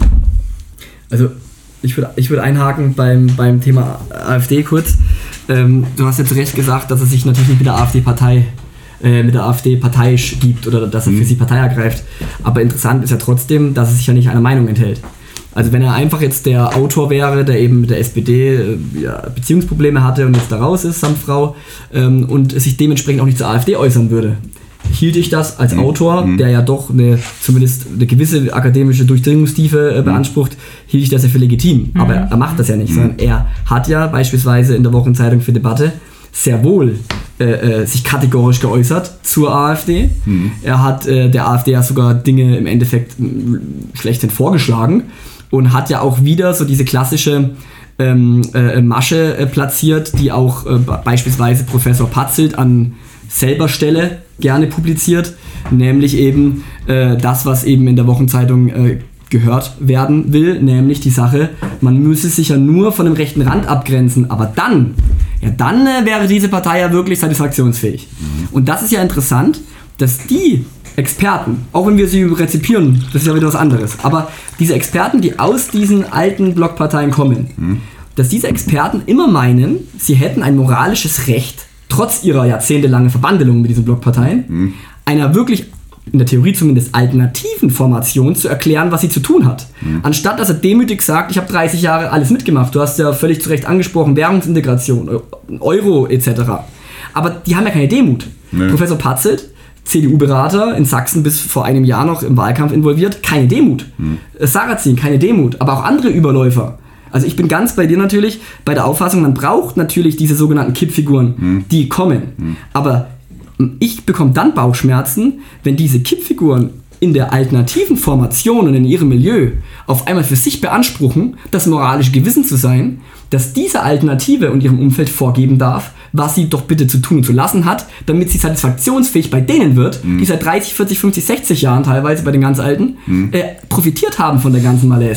Also ich würde ich würd einhaken beim, beim Thema AfD kurz. Ähm, du hast ja zu Recht gesagt, dass er sich natürlich nicht mit der AfD-Partei äh, mit der AfD parteiisch gibt oder dass er für sie Partei ergreift. Aber interessant ist ja trotzdem, dass er sich ja nicht einer Meinung enthält. Also wenn er einfach jetzt der Autor wäre, der eben mit der S P D äh, ja, Beziehungsprobleme hatte und jetzt da raus ist, samt Frau, ähm, und sich dementsprechend auch nicht zur AfD äußern würde, hielt ich das als Autor, mhm. der ja doch eine, zumindest eine gewisse akademische Durchdringungstiefe äh, beansprucht, hielt ich das ja für legitim. Mhm. Aber er macht das ja nicht, mhm. sondern er hat ja beispielsweise in der Wochenzeitung für Debatte sehr wohl äh, äh, sich kategorisch geäußert zur AfD. Mhm. Er hat äh, der AfD ja sogar Dinge im Endeffekt m, schlechthin vorgeschlagen und hat ja auch wieder so diese klassische ähm, äh, Masche äh, platziert, die auch äh, beispielsweise Professor Patzelt an selber Stelle gerne publiziert, nämlich eben äh, das, was eben in der Wochenzeitung äh, gehört werden will, nämlich die Sache, man müsse sich ja nur von dem rechten Rand abgrenzen, aber dann, ja dann äh, wäre diese Partei ja wirklich satisfaktionsfähig. Mhm. Und das ist ja interessant, dass die Experten, auch wenn wir sie rezipieren, das ist ja wieder was anderes, aber diese Experten, die aus diesen alten Blockparteien kommen, mhm. dass diese Experten immer meinen, sie hätten ein moralisches Recht, trotz ihrer jahrzehntelangen Verbandelung mit diesen Blockparteien, mhm. einer wirklich, in der Theorie zumindest, alternativen Formation zu erklären, was sie zu tun hat. Mhm. Anstatt, dass er demütig sagt, ich habe dreißig Jahre alles mitgemacht, du hast ja völlig zu Recht angesprochen, Währungsintegration, Euro et cetera. Aber die haben ja keine Demut. Nee. Professor Patzelt, C D U-Berater in Sachsen bis vor einem Jahr noch im Wahlkampf involviert, keine Demut. Mhm. Sarrazin, keine Demut, aber auch andere Überläufer. Also ich bin ganz bei dir natürlich, bei der Auffassung, man braucht natürlich diese sogenannten Kippfiguren, mhm. die kommen. Mhm. Aber ich bekomme dann Bauchschmerzen, wenn diese Kippfiguren in der alternativen Formation und in ihrem Milieu auf einmal für sich beanspruchen, das moralische Gewissen zu sein, dass diese Alternative und ihrem Umfeld vorgeben darf, was sie doch bitte zu tun und zu lassen hat, damit sie satisfaktionsfähig bei denen wird, mhm. die seit dreißig, vierzig, fünfzig, sechzig Jahren teilweise bei den ganz Alten mhm. äh, profitiert haben von der ganzen Malaise.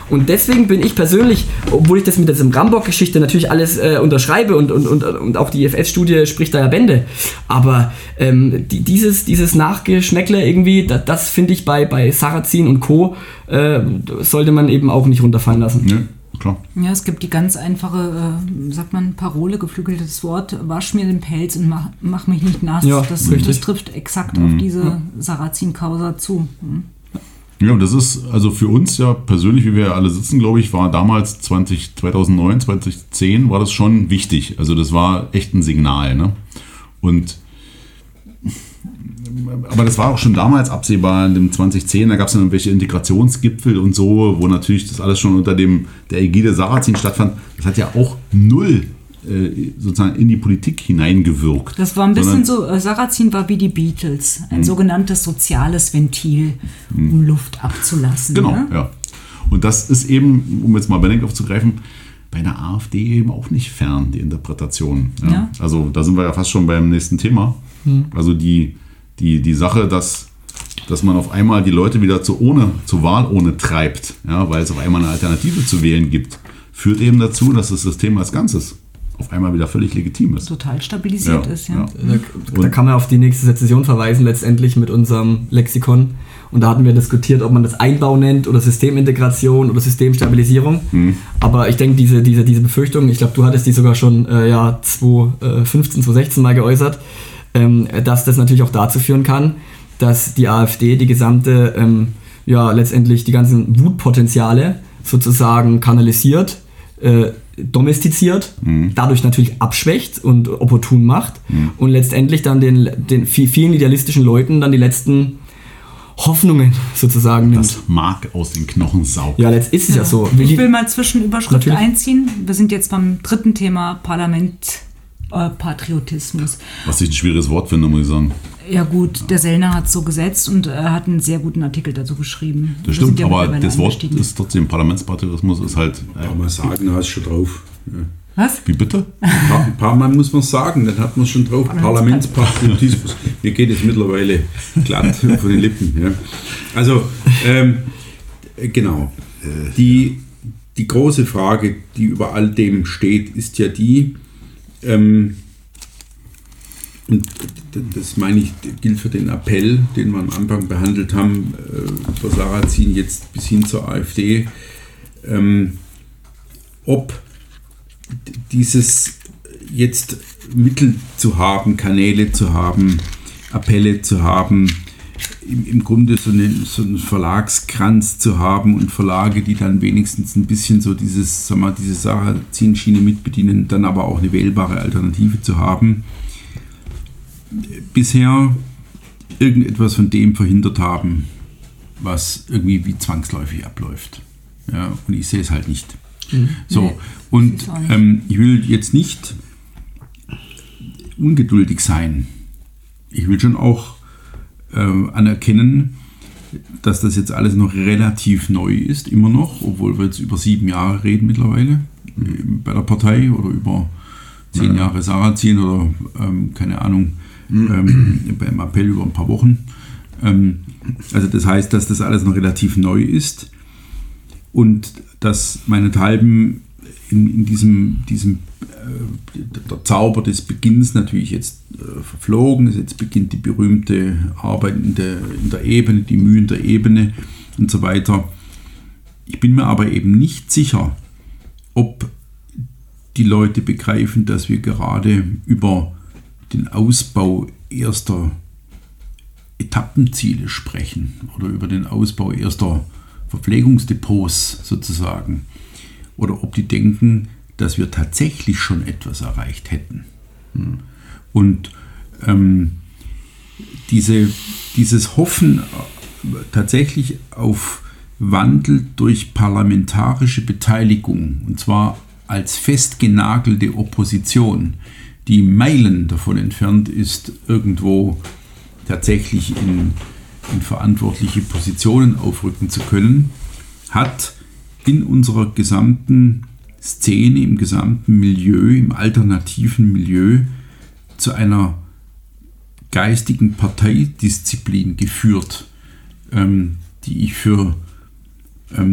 Und deswegen bin ich persönlich, obwohl ich das mit dieser Rambock-Geschichte natürlich alles äh, unterschreibe und, und, und, und auch die I F S-Studie spricht da ja Bände, aber ähm, die, dieses, dieses Nachgeschmäckle irgendwie, das, das finde ich bei, bei Sarrazin und Co. Äh, sollte man eben auch nicht runterfallen lassen.
Ja. Klar.
Ja, es gibt die ganz einfache, äh, sagt man, Parole, geflügeltes Wort, wasch mir den Pelz und mach, mach mich nicht nass.
Ja,
das, das trifft exakt mhm. auf diese ja. Sarrazin-Causa zu. Mhm.
Ja, und das ist also für uns ja persönlich, wie wir ja alle sitzen, glaube ich, war damals zwanzig, zweitausendneun, zweitausendzehn, war das schon wichtig. Also das war echt ein Signal. Ne? Und aber das war auch schon damals absehbar, in dem zweitausendzehn, da gab es dann irgendwelche Integrationsgipfel und so, wo natürlich das alles schon unter dem der Ägide Sarrazin stattfand. Das hat ja auch null äh, sozusagen in die Politik hineingewirkt.
Das war ein bisschen so, äh, Sarrazin war wie die Beatles, ein mh. sogenanntes soziales Ventil, um mh. Luft abzulassen.
Genau,
ne?
ja. Und das ist eben, um jetzt mal Benedikt aufzugreifen, bei der AfD eben auch nicht fern, die Interpretation. Ja? Ja. Also da sind wir ja fast schon beim nächsten Thema. Hm. Also die, die, die Sache, dass, dass man auf einmal die Leute wieder zu ohne, zur Wahlurne treibt, ja, weil es auf einmal eine Alternative zu wählen gibt, führt eben dazu, dass das System als Ganzes auf einmal wieder völlig legitim ist.
Total stabilisiert
ja,
ist, ja.
ja.
Da, da kann man auf die nächste Sezession verweisen, letztendlich mit unserem Lexikon. Und da hatten wir diskutiert, ob man das Einbau nennt oder Systemintegration oder Systemstabilisierung. Hm. Aber ich denke, diese, diese, diese Befürchtung, ich glaube, du hattest die sogar schon äh, ja, zwanzig fünfzehn, zwanzig sechzehn mal geäußert, ähm, dass das natürlich auch dazu führen kann, dass die AfD die gesamte, ähm, ja, letztendlich die ganzen Wutpotenziale sozusagen kanalisiert, äh, domestiziert, mhm. dadurch natürlich abschwächt und opportun macht mhm. und letztendlich dann den, den vielen idealistischen Leuten dann die letzten Hoffnungen sozusagen nimmt.
Das Mark aus den Knochen saugt.
Ja, jetzt ist es ja, ja so.
Ich will mal Zwischenüberschrift natürlich einziehen. Wir sind jetzt beim dritten Thema Parlament, äh, Patriotismus.
Was ich ein schwieriges Wort finde, muss ich sagen.
Ja gut, der Sellner hat es so gesetzt und er äh, hat einen sehr guten Artikel dazu geschrieben.
Das stimmt, ja aber das Wort ist trotzdem, Parlamentspatriotismus ist halt...
Äh, Kann man sagen, da ist schon drauf. Ja.
Was?
Wie bitte?
Ein paar, ein paar Mal muss man sagen, dann hat man schon drauf. Parlamentspatriotismus. Mir geht es mittlerweile glatt von den Lippen. Ja. Also, ähm, genau. Die, die große Frage, die über all dem steht, ist ja die, ähm, und das meine ich, gilt für den Appell, den wir am Anfang behandelt haben, äh, für Sarrazin jetzt bis hin zur AfD, ähm, ob dieses jetzt Mittel zu haben, Kanäle zu haben, Appelle zu haben, im, im Grunde so, eine, so einen Verlagskranz zu haben und Verlage, die dann wenigstens ein bisschen so dieses, sag mal, diese Sarrazin-Schiene mitbedienen, dann aber auch eine wählbare Alternative zu haben, bisher irgendetwas von dem verhindert haben, was irgendwie wie zwangsläufig abläuft. Ja, und ich sehe es halt nicht. Mhm. So, nee, und ähm, ich will jetzt nicht ungeduldig sein. Ich will schon auch äh, anerkennen, dass das jetzt alles noch relativ neu ist, immer noch, obwohl wir jetzt über sieben Jahre reden mittlerweile mhm. bei der Partei oder über zehn ja. Jahre Sarrazin oder ähm, keine Ahnung, mhm. ähm, beim Appell über ein paar Wochen. Ähm, also das heißt, dass das alles noch relativ neu ist. Und dass meinethalben in, in diesem, diesem äh, der Zauber des Beginns natürlich jetzt äh, verflogen ist. Jetzt beginnt die berühmte Arbeit in der, in der Ebene, die Mühen der Ebene und so weiter. Ich bin mir aber eben nicht sicher, ob die Leute begreifen, dass wir gerade über den Ausbau erster Etappenziele sprechen oder über den Ausbau erster Verpflegungsdepots sozusagen, oder ob die denken, dass wir tatsächlich schon etwas erreicht hätten. Und ähm, diese, dieses Hoffen tatsächlich auf Wandel durch parlamentarische Beteiligung, und zwar als festgenagelte Opposition, die Meilen davon entfernt ist, irgendwo tatsächlich in in verantwortliche Positionen aufrücken zu können, hat in unserer gesamten Szene, im gesamten Milieu, im alternativen Milieu zu einer geistigen Parteidisziplin geführt, ähm, die ich für ähm,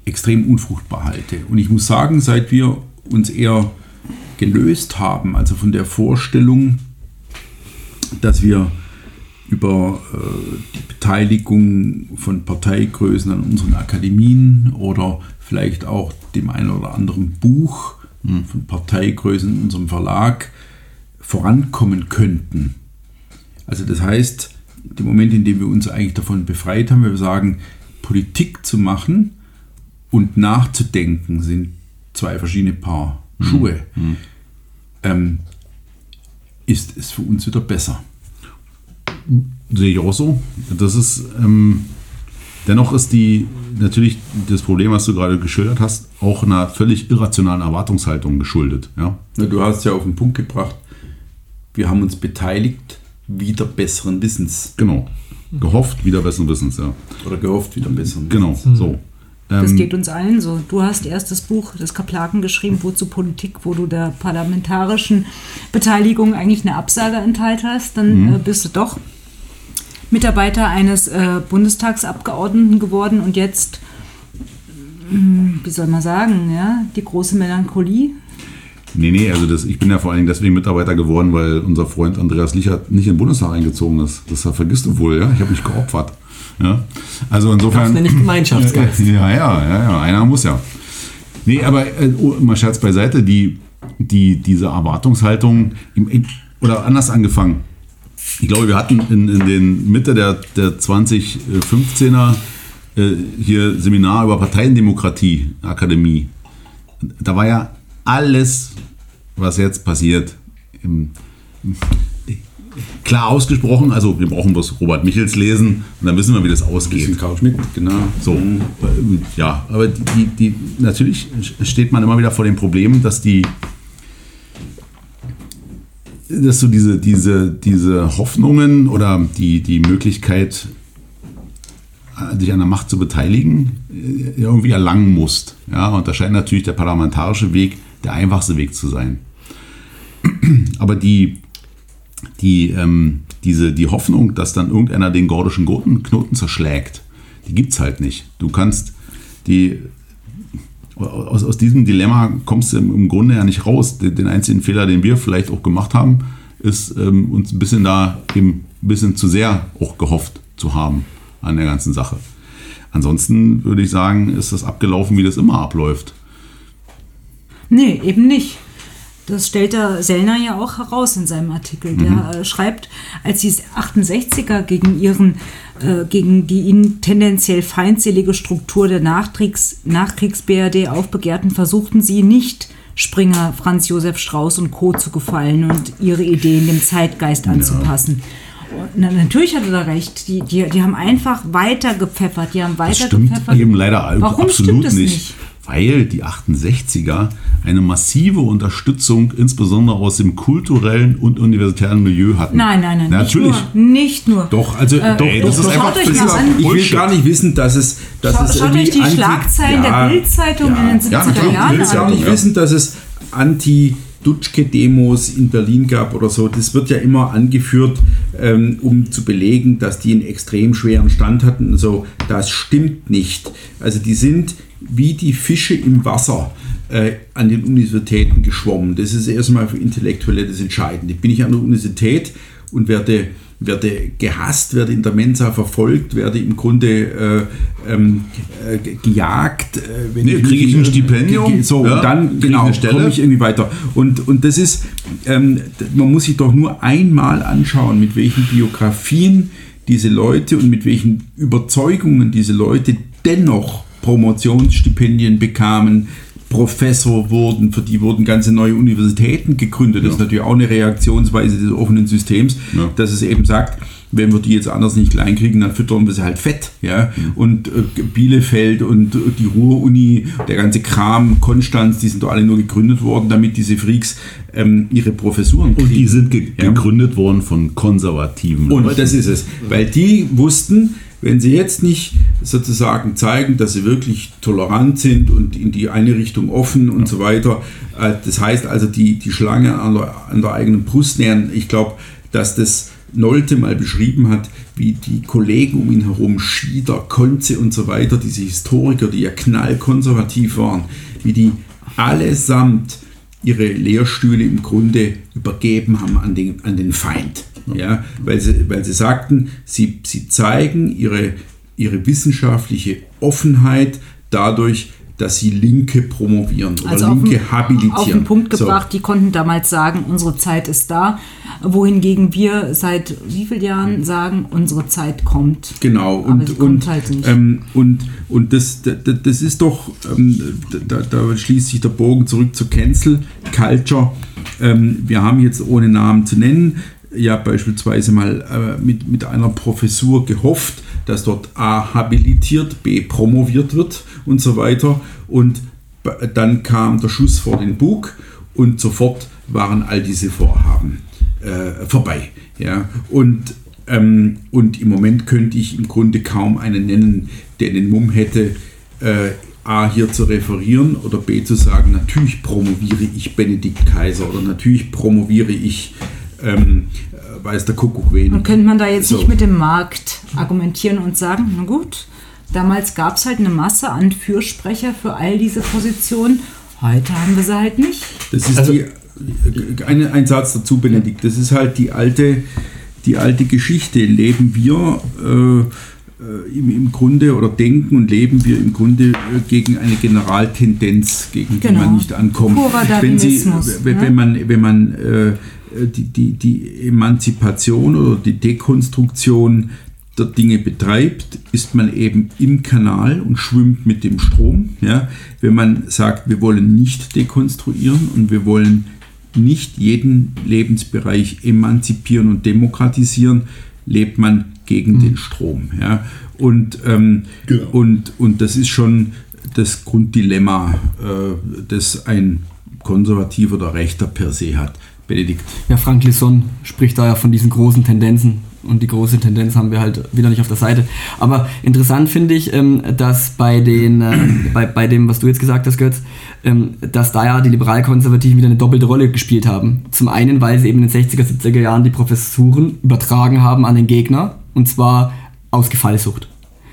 extrem unfruchtbar halte. Und ich muss sagen, seit wir uns eher gelöst haben, also von der Vorstellung, dass wir über äh, die Beteiligung von Parteigrößen an unseren Akademien oder vielleicht auch dem einen oder anderen Buch mhm. von Parteigrößen in unserem Verlag vorankommen könnten. Also das heißt, der Moment, in dem wir uns eigentlich davon befreit haben, wir sagen, Politik zu machen und nachzudenken sind zwei verschiedene Paar mhm. Schuhe, mhm. Ähm, ist es für uns wieder besser.
Sehe ich auch so. Das ist, ähm, dennoch ist die, natürlich das Problem, was du gerade geschildert hast, auch einer völlig irrationalen Erwartungshaltung geschuldet. Ja?
Ja, du hast ja auf den Punkt gebracht, wir haben uns beteiligt, wieder besseren Wissens.
Genau. Gehofft, wieder besseren Wissens, ja.
Oder gehofft, wieder besseren
Wissens. Genau, so.
Das ähm, geht uns allen so. Du hast erst das Buch des Kaplaken geschrieben, Wozu Politik, wo du der parlamentarischen Beteiligung eigentlich eine Absage erteilt hast. Dann mhm. äh, bist du doch Mitarbeiter eines äh, Bundestagsabgeordneten geworden und jetzt, mh, wie soll man sagen, ja, die große Melancholie.
Nee, nee, also das, ich bin ja vor allen Dingen deswegen Mitarbeiter geworden, weil unser Freund Andreas Lichert nicht in den Bundestag eingezogen ist. Das vergisst du wohl, ja? Ich habe mich geopfert. Ja? Also insofern.
Das nenne ich Gemeinschaftsgeist.
Ja, ja, ja, ja, einer muss ja. Nee, aber äh, mal Scherz beiseite, die, die, diese Erwartungshaltung, im, oder anders angefangen. Ich glaube, wir hatten in, in den Mitte der, der zwanzig fünfzehner äh, hier Seminar über Parteiendemokratie, Akademie. Da war ja alles, was jetzt passiert, im, im, klar ausgesprochen. Also wir brauchen bloß Robert Michels lesen und dann wissen wir, wie das ausgeht.
Karl Schmidt, genau.
So, ja, aber die, die, die, natürlich steht man immer wieder vor dem Problem, dass die dass du diese, diese, diese Hoffnungen oder die, die Möglichkeit, sich an der Macht zu beteiligen, irgendwie erlangen musst. Ja, und da scheint natürlich der parlamentarische Weg der einfachste Weg zu sein. Aber die, die, ähm, diese, die Hoffnung, dass dann irgendeiner den gordischen Knoten zerschlägt, die gibt es halt nicht. Du kannst die Aus, aus diesem Dilemma kommst du im, im Grunde ja nicht raus. Den, den einzigen Fehler, den wir vielleicht auch gemacht haben, ist ähm, uns ein bisschen da eben ein bisschen zu sehr auch gehofft zu haben an der ganzen Sache. Ansonsten würde ich sagen, ist das abgelaufen, wie das immer abläuft.
Nee, eben nicht. Das stellt der Sellner ja auch heraus in seinem Artikel. Der mhm. äh, schreibt, als die achtundsechziger gegen, ihren, äh, gegen die ihnen tendenziell feindselige Struktur der Nachkriegs, Nachkriegs-B R D aufbegehrten, versuchten sie nicht, Springer, Franz Josef Strauß und Co. zu gefallen und ihre Ideen dem Zeitgeist anzupassen. Ja. Na, natürlich hat er da recht. Die, die, die haben einfach weiter gepfeffert. Die haben weiter
das stimmt
gepfeffert.
Eben leider
Warum
absolut
stimmt das
nicht.
nicht?
Weil die achtundsechziger eine massive Unterstützung insbesondere aus dem kulturellen und universitären Milieu hatten.
Nein, nein, nein.
Na,
nicht
natürlich.
Nur, nicht nur.
Doch, also
äh,
doch,
ey,
doch,
das ist
doch,
einfach,
euch
das
mal
ist
an.
ich will gar nicht wissen, dass es, dass
Schau,
es
schaut euch die
anti,
Schlagzeilen
ja,
der Bild-Zeitung
ja,
in den siebziger
ja,
Jahren
Ich will gar nicht
Ja.
wissen, dass es anti Dutschke-Demos in Berlin gab oder so. Das wird ja immer angeführt, ähm, um zu belegen, dass die einen extrem schweren Stand hatten. Also, das stimmt nicht. Also die sind wie die Fische im Wasser äh, an den Universitäten geschwommen. Das ist erstmal für Intellektuelle das Entscheidende. Bin ich an der Universität und werde, werde gehasst, werde in der Mensa verfolgt, werde im Grunde äh, ähm, äh, gejagt. Äh, wenn
nee,
ich
kriege ich ein Stipendium?
So,
ja,
und dann genau, komme ich irgendwie weiter. Und, und das ist, ähm, man muss sich doch nur einmal anschauen, mit welchen Biografien diese Leute und mit welchen Überzeugungen diese Leute dennoch Promotionsstipendien bekamen, Professor wurden, für die wurden ganze neue Universitäten gegründet. Das ja. ist natürlich auch eine Reaktionsweise des offenen Systems, ja. dass es eben sagt, wenn wir die jetzt anders nicht klein kriegen, dann füttern wir sie halt fett. Ja? Mhm. Und äh, Bielefeld und äh, die Ruhr-Uni, der ganze Kram, Konstanz, die sind doch alle nur gegründet worden, damit diese Freaks ähm, ihre Professuren kriegen.
Und die sind ge- ja? gegründet worden von Konservativen.
Und Leuten. Das ist es. Weil die wussten, wenn sie jetzt nicht sozusagen zeigen, dass sie wirklich tolerant sind und in die eine Richtung offen und ja. so weiter, äh, das heißt also die, die Schlange an der, an der eigenen Brust nähern, ich glaube, dass das Nolte mal beschrieben hat, wie die Kollegen um ihn herum, Schieder, Konze und so weiter, diese Historiker, die ja knallkonservativ waren, wie die allesamt ihre Lehrstühle im Grunde übergeben haben an den, an den Feind. Ja, weil, sie, weil sie sagten, sie, sie zeigen ihre, ihre wissenschaftliche Offenheit dadurch, dass sie Linke promovieren oder
also
Linke
auf
habilitieren.
Auf den Punkt gebracht,
so.
Die konnten damals sagen, unsere Zeit ist da, wohingegen wir seit wie vielen Jahren sagen, unsere Zeit kommt.
Genau,
und, aber sie kommt und, halt nicht.
Ähm, und, und das, das, das ist doch, ähm, da, da schließt sich der Bogen zurück zur Cancel Culture. Ähm, wir haben jetzt, ohne Namen zu nennen, ja beispielsweise mal äh, mit, mit einer Professur gehofft, dass dort A habilitiert, B promoviert wird und so weiter. Und dann kam der Schuss vor den Bug und sofort waren all diese Vorhaben äh, vorbei. Ja? Und, ähm, und im Moment könnte ich im Grunde kaum einen nennen, der den Mumm hätte, äh, A hier zu referieren oder B zu sagen, natürlich promoviere ich Benedikt Kaiser oder natürlich promoviere ich ähm, weiß der Kuckuck wen.
Und könnte man da jetzt so. nicht mit dem Markt argumentieren und sagen, na gut, damals gab es halt eine Masse an Fürsprecher für all diese Positionen, heute haben wir sie halt nicht.
Das ist also, die, eine, ein Satz dazu, Benedikt, das ist halt die alte, die alte Geschichte. Leben wir äh, im, im Grunde oder denken und leben wir im Grunde gegen eine Generaltendenz, gegen die genau. man nicht ankommt. Wenn, sie, wenn, wenn man, wenn man äh, Die, die, die Emanzipation oder die Dekonstruktion der Dinge betreibt, ist man eben im Kanal und schwimmt mit dem Strom. Ja? Wenn man sagt, wir wollen nicht dekonstruieren und wir wollen nicht jeden Lebensbereich emanzipieren und demokratisieren, lebt man gegen mhm. den Strom. Ja? Und, ähm, genau. und, und das ist schon das Grunddilemma, äh, das ein Konservativer oder Rechter per se hat. Benedikt.
Ja, Frank Lisson spricht da ja von diesen großen Tendenzen und die große Tendenz haben wir halt wieder nicht auf der Seite. Aber interessant finde ich, dass bei, den, bei, bei dem, was du jetzt gesagt hast, Götz, dass da ja die Liberal-Konservativen wieder eine doppelte Rolle gespielt haben. Zum einen, weil sie eben in den sechziger, siebziger Jahren die Professuren übertragen haben an den Gegner und zwar aus Gefallsucht.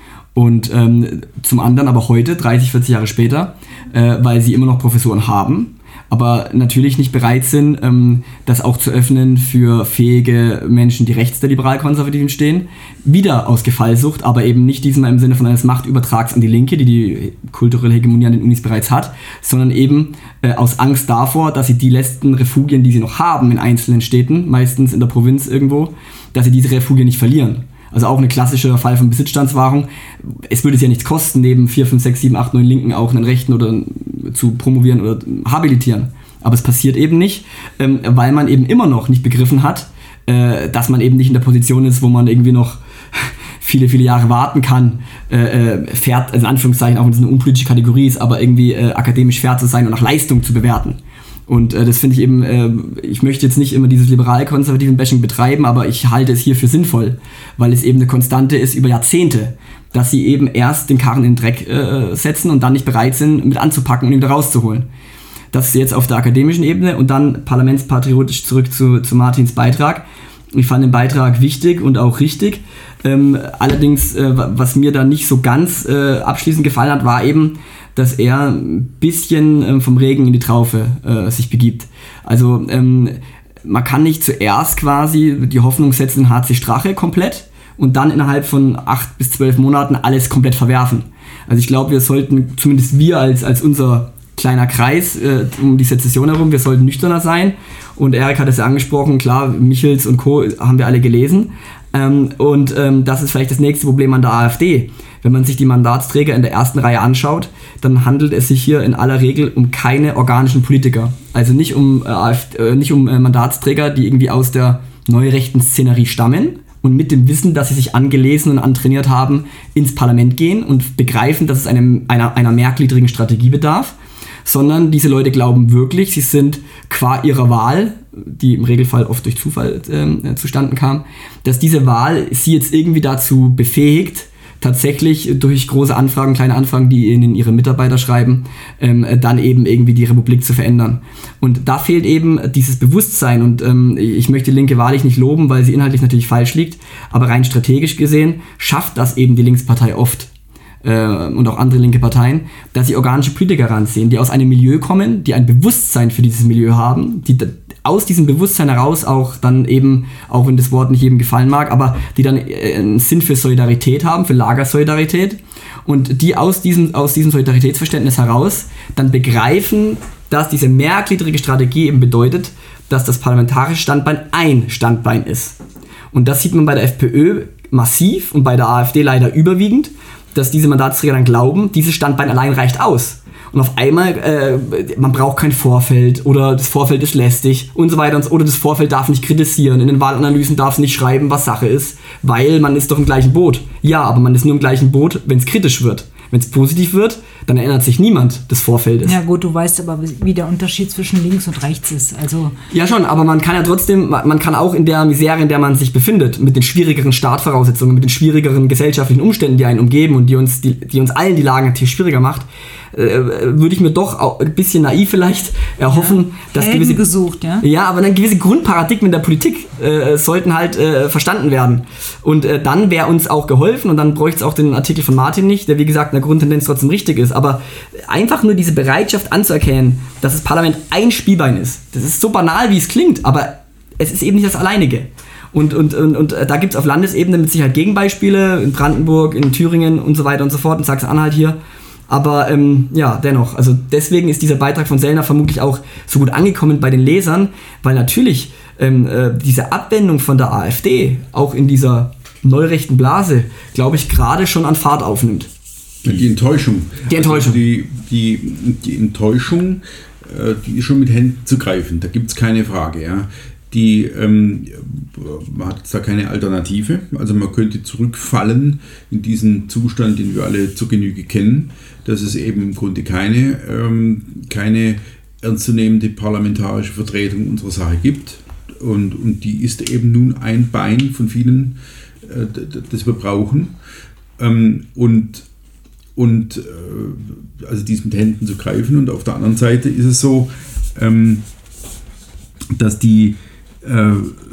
Und ähm, zum anderen aber heute, dreißig, vierzig Jahre später, äh, weil sie immer noch Professuren haben, aber natürlich nicht bereit sind, ähm, das auch zu öffnen für fähige Menschen, die rechts der Liberal-Konservativen stehen. Wieder aus Gefallsucht, aber eben nicht diesmal im Sinne von eines Machtübertrags an die Linke, die die kulturelle Hegemonie an den Unis bereits hat, sondern eben äh, aus Angst davor, dass sie die letzten Refugien, die sie noch haben in einzelnen Städten, meistens in der Provinz irgendwo, dass sie diese Refugien nicht verlieren. Also auch ein klassischer Fall von Besitzstandswahrung. Es würde es ja nichts kosten, neben vier, fünf, sechs, sieben, acht, neun Linken auch einen Rechten oder zu promovieren oder habilitieren. Aber es passiert eben nicht, ähm, weil man eben immer noch nicht begriffen hat, äh, dass man eben nicht in der Position ist, wo man irgendwie noch viele, viele Jahre warten kann, äh, fair, also in Anführungszeichen, auch wenn es eine unpolitische Kategorie ist, aber irgendwie äh, akademisch fair zu sein und nach Leistung zu bewerten. Und äh, das finde ich eben, äh, ich möchte jetzt nicht immer dieses liberal-konservativen Bashing betreiben, aber ich halte es hier für sinnvoll, weil es eben eine Konstante ist über Jahrzehnte, dass sie eben erst den Karren in den Dreck äh, setzen und dann nicht bereit sind, mit anzupacken und ihn wieder rauszuholen. Das ist jetzt auf der akademischen Ebene und dann parlamentspatriotisch zurück zu, zu Martins Beitrag. Ich fand den Beitrag wichtig und auch richtig. Ähm, allerdings, äh, was mir da nicht so ganz äh, abschließend gefallen hat, war eben, dass er ein bisschen ähm, vom Regen in die Traufe äh, sich begibt. Also ähm, man kann nicht zuerst quasi die Hoffnung setzen in H C Strache komplett und dann innerhalb von acht bis zwölf Monaten alles komplett verwerfen. Also ich glaube, wir sollten, zumindest wir als, als unser kleiner Kreis äh, um die Sezession herum, wir sollten nüchterner sein. Und Erik hat es ja angesprochen, klar, Michels und Co. haben wir alle gelesen. Ähm, und ähm, das ist vielleicht das nächste Problem an der AfD. Wenn man sich die Mandatsträger in der ersten Reihe anschaut, dann handelt es sich hier in aller Regel um keine organischen Politiker. Also nicht um, äh, AfD, äh, nicht um äh, Mandatsträger, die irgendwie aus der neurechten Szenerie stammen und mit dem Wissen, dass sie sich angelesen und antrainiert haben, ins Parlament gehen und begreifen, dass es einem, einer, einer merkwürdigen Strategie bedarf, sondern diese Leute glauben wirklich, sie sind qua ihrer Wahl, die im Regelfall oft durch Zufall äh, zustande kam, dass diese Wahl sie jetzt irgendwie dazu befähigt, tatsächlich durch große Anfragen, kleine Anfragen, die ihnen ihre Mitarbeiter schreiben, ähm, dann eben irgendwie die Republik zu verändern. Und da fehlt eben dieses Bewusstsein und ähm, ich möchte die Linke wahrlich nicht loben, weil sie inhaltlich natürlich falsch liegt, aber rein strategisch gesehen schafft das eben die Linkspartei oft äh, und auch andere linke Parteien, dass sie organische Politiker ranziehen, die aus einem Milieu kommen, die ein Bewusstsein für dieses Milieu haben, die aus diesem Bewusstsein heraus auch dann eben, auch wenn das Wort nicht jedem gefallen mag, aber die dann einen Sinn für Solidarität haben, für Lagersolidarität und die aus diesem, aus diesem Solidaritätsverständnis heraus dann begreifen, dass diese mehrgliedrige Strategie eben bedeutet, dass das parlamentarische Standbein ein Standbein ist. Und das sieht man bei der FPÖ massiv und bei der AfD leider überwiegend, dass diese Mandatsträger dann glauben, dieses Standbein allein reicht aus. Und auf einmal, äh, man braucht kein Vorfeld oder das Vorfeld ist lästig und so weiter und so, oder das Vorfeld darf nicht kritisieren, in den Wahlanalysen darf es nicht schreiben, was Sache ist, weil man ist doch im gleichen Boot. Ja, aber man ist nur im gleichen Boot, wenn es kritisch wird. Wenn es positiv wird, dann erinnert sich niemand des Vorfeldes.
Ja gut, du weißt aber, wie der Unterschied zwischen links und rechts ist. Also
ja schon, aber man kann ja trotzdem, man kann auch in der Misere, in der man sich befindet, mit den schwierigeren Startvoraussetzungen, mit den schwierigeren gesellschaftlichen Umständen, die einen umgeben und die uns, die, die uns allen die Lage natürlich schwieriger macht, äh, würde ich mir doch auch ein bisschen naiv vielleicht erhoffen, ja, dass
Helden
gewisse
gesucht, ja.
Ja, aber dann gewisse Grundparadigmen der Politik äh, sollten halt äh, verstanden werden. Und äh, dann wäre uns auch geholfen und dann bräuchte es auch den Artikel von Martin nicht, der wie gesagt in der Grundtendenz trotzdem richtig ist. Aber einfach nur diese Bereitschaft anzuerkennen, dass das Parlament ein Spielbein ist. Das ist so banal, wie es klingt, aber es ist eben nicht das Alleinige. Und, und, und, und da gibt es auf Landesebene mit Sicherheit Gegenbeispiele, in Brandenburg, in Thüringen und so weiter und so fort, in Sachsen-Anhalt hier. Aber ähm, ja, dennoch, also deswegen ist dieser Beitrag von Sellner vermutlich auch so gut angekommen bei den Lesern, weil natürlich ähm, äh, diese Abwendung von der AfD auch in dieser neurechten Blase, glaube ich, gerade schon an Fahrt aufnimmt.
Die Enttäuschung.
Die Enttäuschung.
Also die, die, die Enttäuschung, äh, die ist schon mit Händen zu greifen, da gibt es keine Frage. Ja. Die, ähm, man hat da keine Alternative, also man könnte zurückfallen in diesen Zustand, den wir alle zur Genüge kennen, dass es eben im Grunde keine, ähm, keine ernstzunehmende parlamentarische Vertretung unserer Sache gibt und, und die ist eben nun ein Bein von vielen, äh, das wir brauchen ähm, und und äh, also dies mit Händen zu greifen und auf der anderen Seite ist es so, ähm, dass die äh,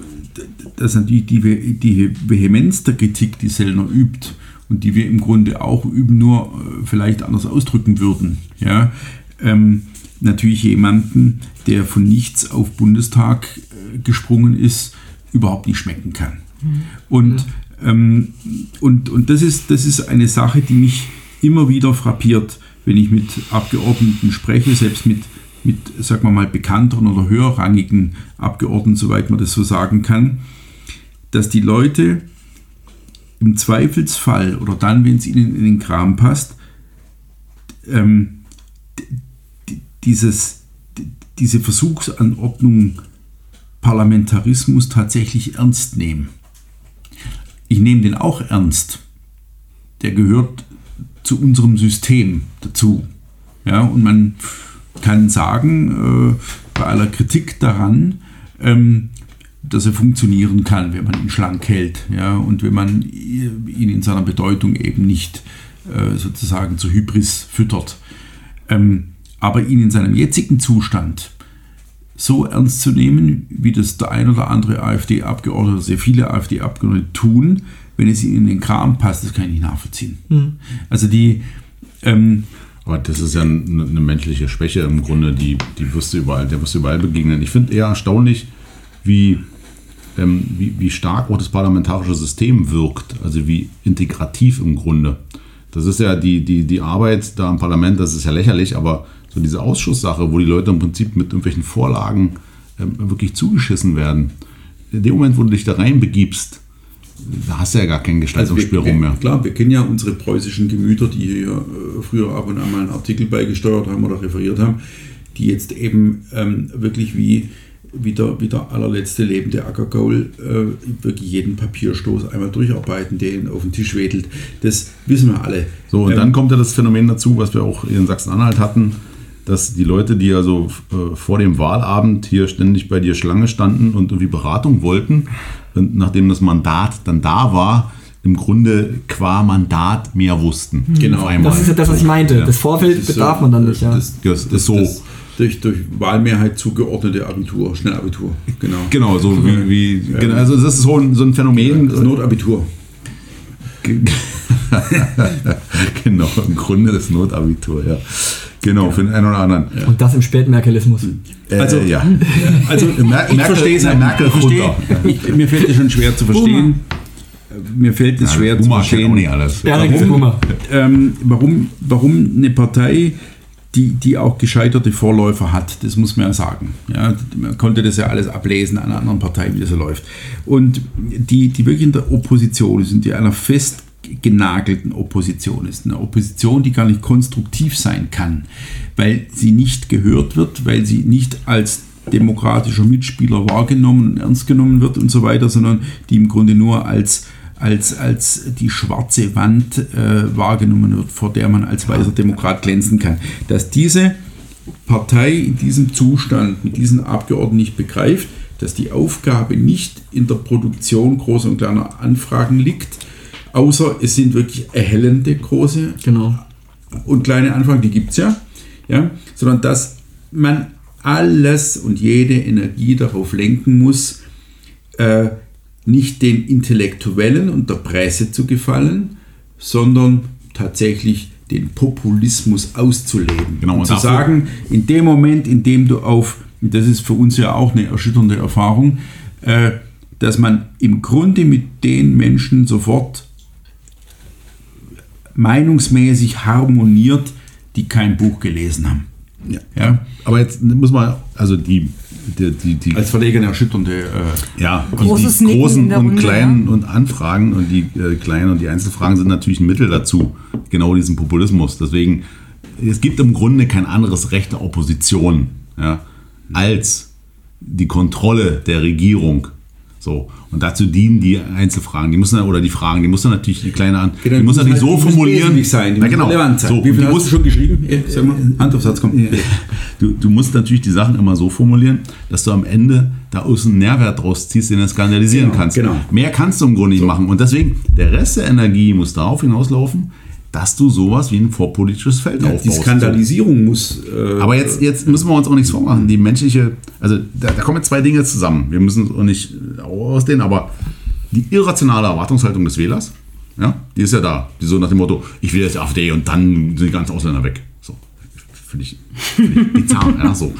dass natürlich die, die Vehemenz der Kritik, die Sellner übt und die wir im Grunde auch üben, nur äh, vielleicht anders ausdrücken würden, ja, ähm, natürlich jemanden, der von nichts auf Bundestag äh, gesprungen ist, überhaupt nicht schmecken kann. Mhm. Und, ähm, und, und das ist, das ist eine Sache, die mich immer wieder frappiert, wenn ich mit Abgeordneten spreche, selbst mit, mit sagen wir mal, bekannteren oder höherrangigen Abgeordneten, soweit man das so sagen kann, dass die Leute im Zweifelsfall oder dann, wenn es ihnen in den Kram passt, ähm, dieses, diese Versuchsanordnung Parlamentarismus tatsächlich ernst nehmen. Ich nehme den auch ernst. Der gehört zu unserem System dazu. Ja, und man kann sagen, äh, bei aller Kritik daran, ähm, dass er funktionieren kann, wenn man ihn schlank hält, ja, und wenn man ihn in seiner Bedeutung eben nicht äh, sozusagen zur Hybris füttert. Ähm, aber ihn in seinem jetzigen Zustand so ernst zu nehmen, wie das der ein oder andere AfD-Abgeordnete, sehr viele AfD-Abgeordnete tun, wenn es ihnen in den Kram passt, das kann ich nicht nachvollziehen. Mhm. Also die... Ähm,
aber das ist ja eine, eine menschliche Schwäche im Grunde, die, die wirst du überall, der wirst du überall begegnen. Ich finde eher erstaunlich, wie, ähm, wie, wie stark auch das parlamentarische System wirkt, also wie integrativ im Grunde. Das ist ja die, die, die Arbeit da im Parlament, das ist ja lächerlich, aber so diese Ausschusssache, wo die Leute im Prinzip mit irgendwelchen Vorlagen ähm, wirklich zugeschissen werden. In dem Moment, wo du dich da reinbegibst, da hast du ja gar keinen Gestaltungsspielraum
also
mehr.
Klar, wir kennen ja unsere preußischen Gemüter, die hier äh, früher ab und an mal einen Artikel beigesteuert haben oder referiert haben, die jetzt eben ähm, wirklich wie, wie, der, wie der allerletzte lebende Ackergaul äh, wirklich jeden Papierstoß einmal durcharbeiten, der ihn auf den Tisch wedelt. Das wissen wir alle.
So, und
ähm,
dann kommt ja das Phänomen dazu, was wir auch in Sachsen-Anhalt hatten, dass die Leute, die also äh, vor dem Wahlabend hier ständig bei dir Schlange standen und irgendwie Beratung wollten, und nachdem das Mandat dann da war, im Grunde qua Mandat mehr wussten.
Genau. Das ist ja das, was ich meinte. Ja. Das Vorfeld das bedarf so, man dann nicht. Ja.
Das, das, das ist so. Das, durch, durch Wahlmehrheit zugeordnete Abitur, Schnellabitur. Genau.
Genau, so wie, wie ja. genau, also das ist so ein, so ein Phänomen.
Das Notabitur.
Genau, im Grunde das Notabitur, ja. Genau, ja. Für den einen oder anderen.
Ja. Und das im Spätmerkelismus.
Also, äh, ja.
Also, Mer- ich verstehe es. Merkel runter. Ich, mir fällt es schon schwer zu verstehen. Boomer. Mir fällt es ja, schwer
Boomer
zu verstehen.
Auch nicht alles.
Ja, warum, ähm, warum, warum eine Partei, die, die auch gescheiterte Vorläufer hat, das muss man ja sagen. Ja, man konnte das ja alles ablesen an anderen Parteien, wie das so läuft. Und die, die wirklich in der Opposition sind, die einer fest genagelten Opposition ist. Eine Opposition, die gar nicht konstruktiv sein kann, weil sie nicht gehört wird, weil sie nicht als demokratischer Mitspieler wahrgenommen und ernst genommen wird und so weiter, sondern die im Grunde nur als, als, als die schwarze Wand äh, wahrgenommen wird, vor der man als weißer Demokrat glänzen kann. Dass diese Partei in diesem Zustand mit diesen Abgeordneten nicht begreift, dass die Aufgabe nicht in der Produktion großer und kleiner Anfragen liegt, außer es sind wirklich erhellende große
genau.
und kleine Anfragen, die gibt es ja, ja, sondern dass man alles und jede Energie darauf lenken muss, äh, nicht den Intellektuellen und der Presse zu gefallen, sondern tatsächlich den Populismus auszuleben.
Genau,
und zu sagen, in dem Moment, in dem du auf, das ist für uns ja auch eine erschütternde Erfahrung, äh, dass man im Grunde mit den Menschen sofort meinungsmäßig harmoniert, die kein Buch gelesen haben.
Ja. Ja. Aber jetzt muss man, also die, die, die, die
als Verleger eine erschütternde äh,
ja, die, die großen und kleinen und Anfragen und die äh, kleinen und die Einzelfragen sind natürlich ein Mittel dazu, genau diesen Populismus. Deswegen, es gibt im Grunde kein anderes Recht der Opposition, ja, als die Kontrolle der Regierung. So, und dazu dienen die Einzelfragen, die müssen oder die Fragen, die muss dann natürlich die kleine an,
genau,
die muss natürlich
halt,
so formulieren,
die sein, die
na, genau,
relevant sein.
So,
wie viel hast du schon geschrieben? Ja, sag mal, Hand auf Satz, komm.
Du, du musst natürlich die Sachen immer so formulieren, dass du am Ende da aus einen Nährwert draus ziehst, den du skandalisieren
genau,
kannst.
Genau.
Mehr kannst du im Grunde nicht so machen. Und deswegen, der Rest der Energie muss darauf hinauslaufen, dass du sowas wie ein vorpolitisches Feld
ja,
aufbaust.
Die Skandalisierung muss...
Äh, Aber jetzt, jetzt müssen wir uns auch nichts vormachen. Die menschliche, also da, da kommen jetzt zwei Dinge zusammen. Wir müssen uns auch nicht ausdehnen, aber die irrationale Erwartungshaltung des Wählers, ja, die ist ja da. Die so nach dem Motto, ich will jetzt AfD und dann sind die ganzen Ausländer weg. So, finde ich, find ich bizarr, ja, so.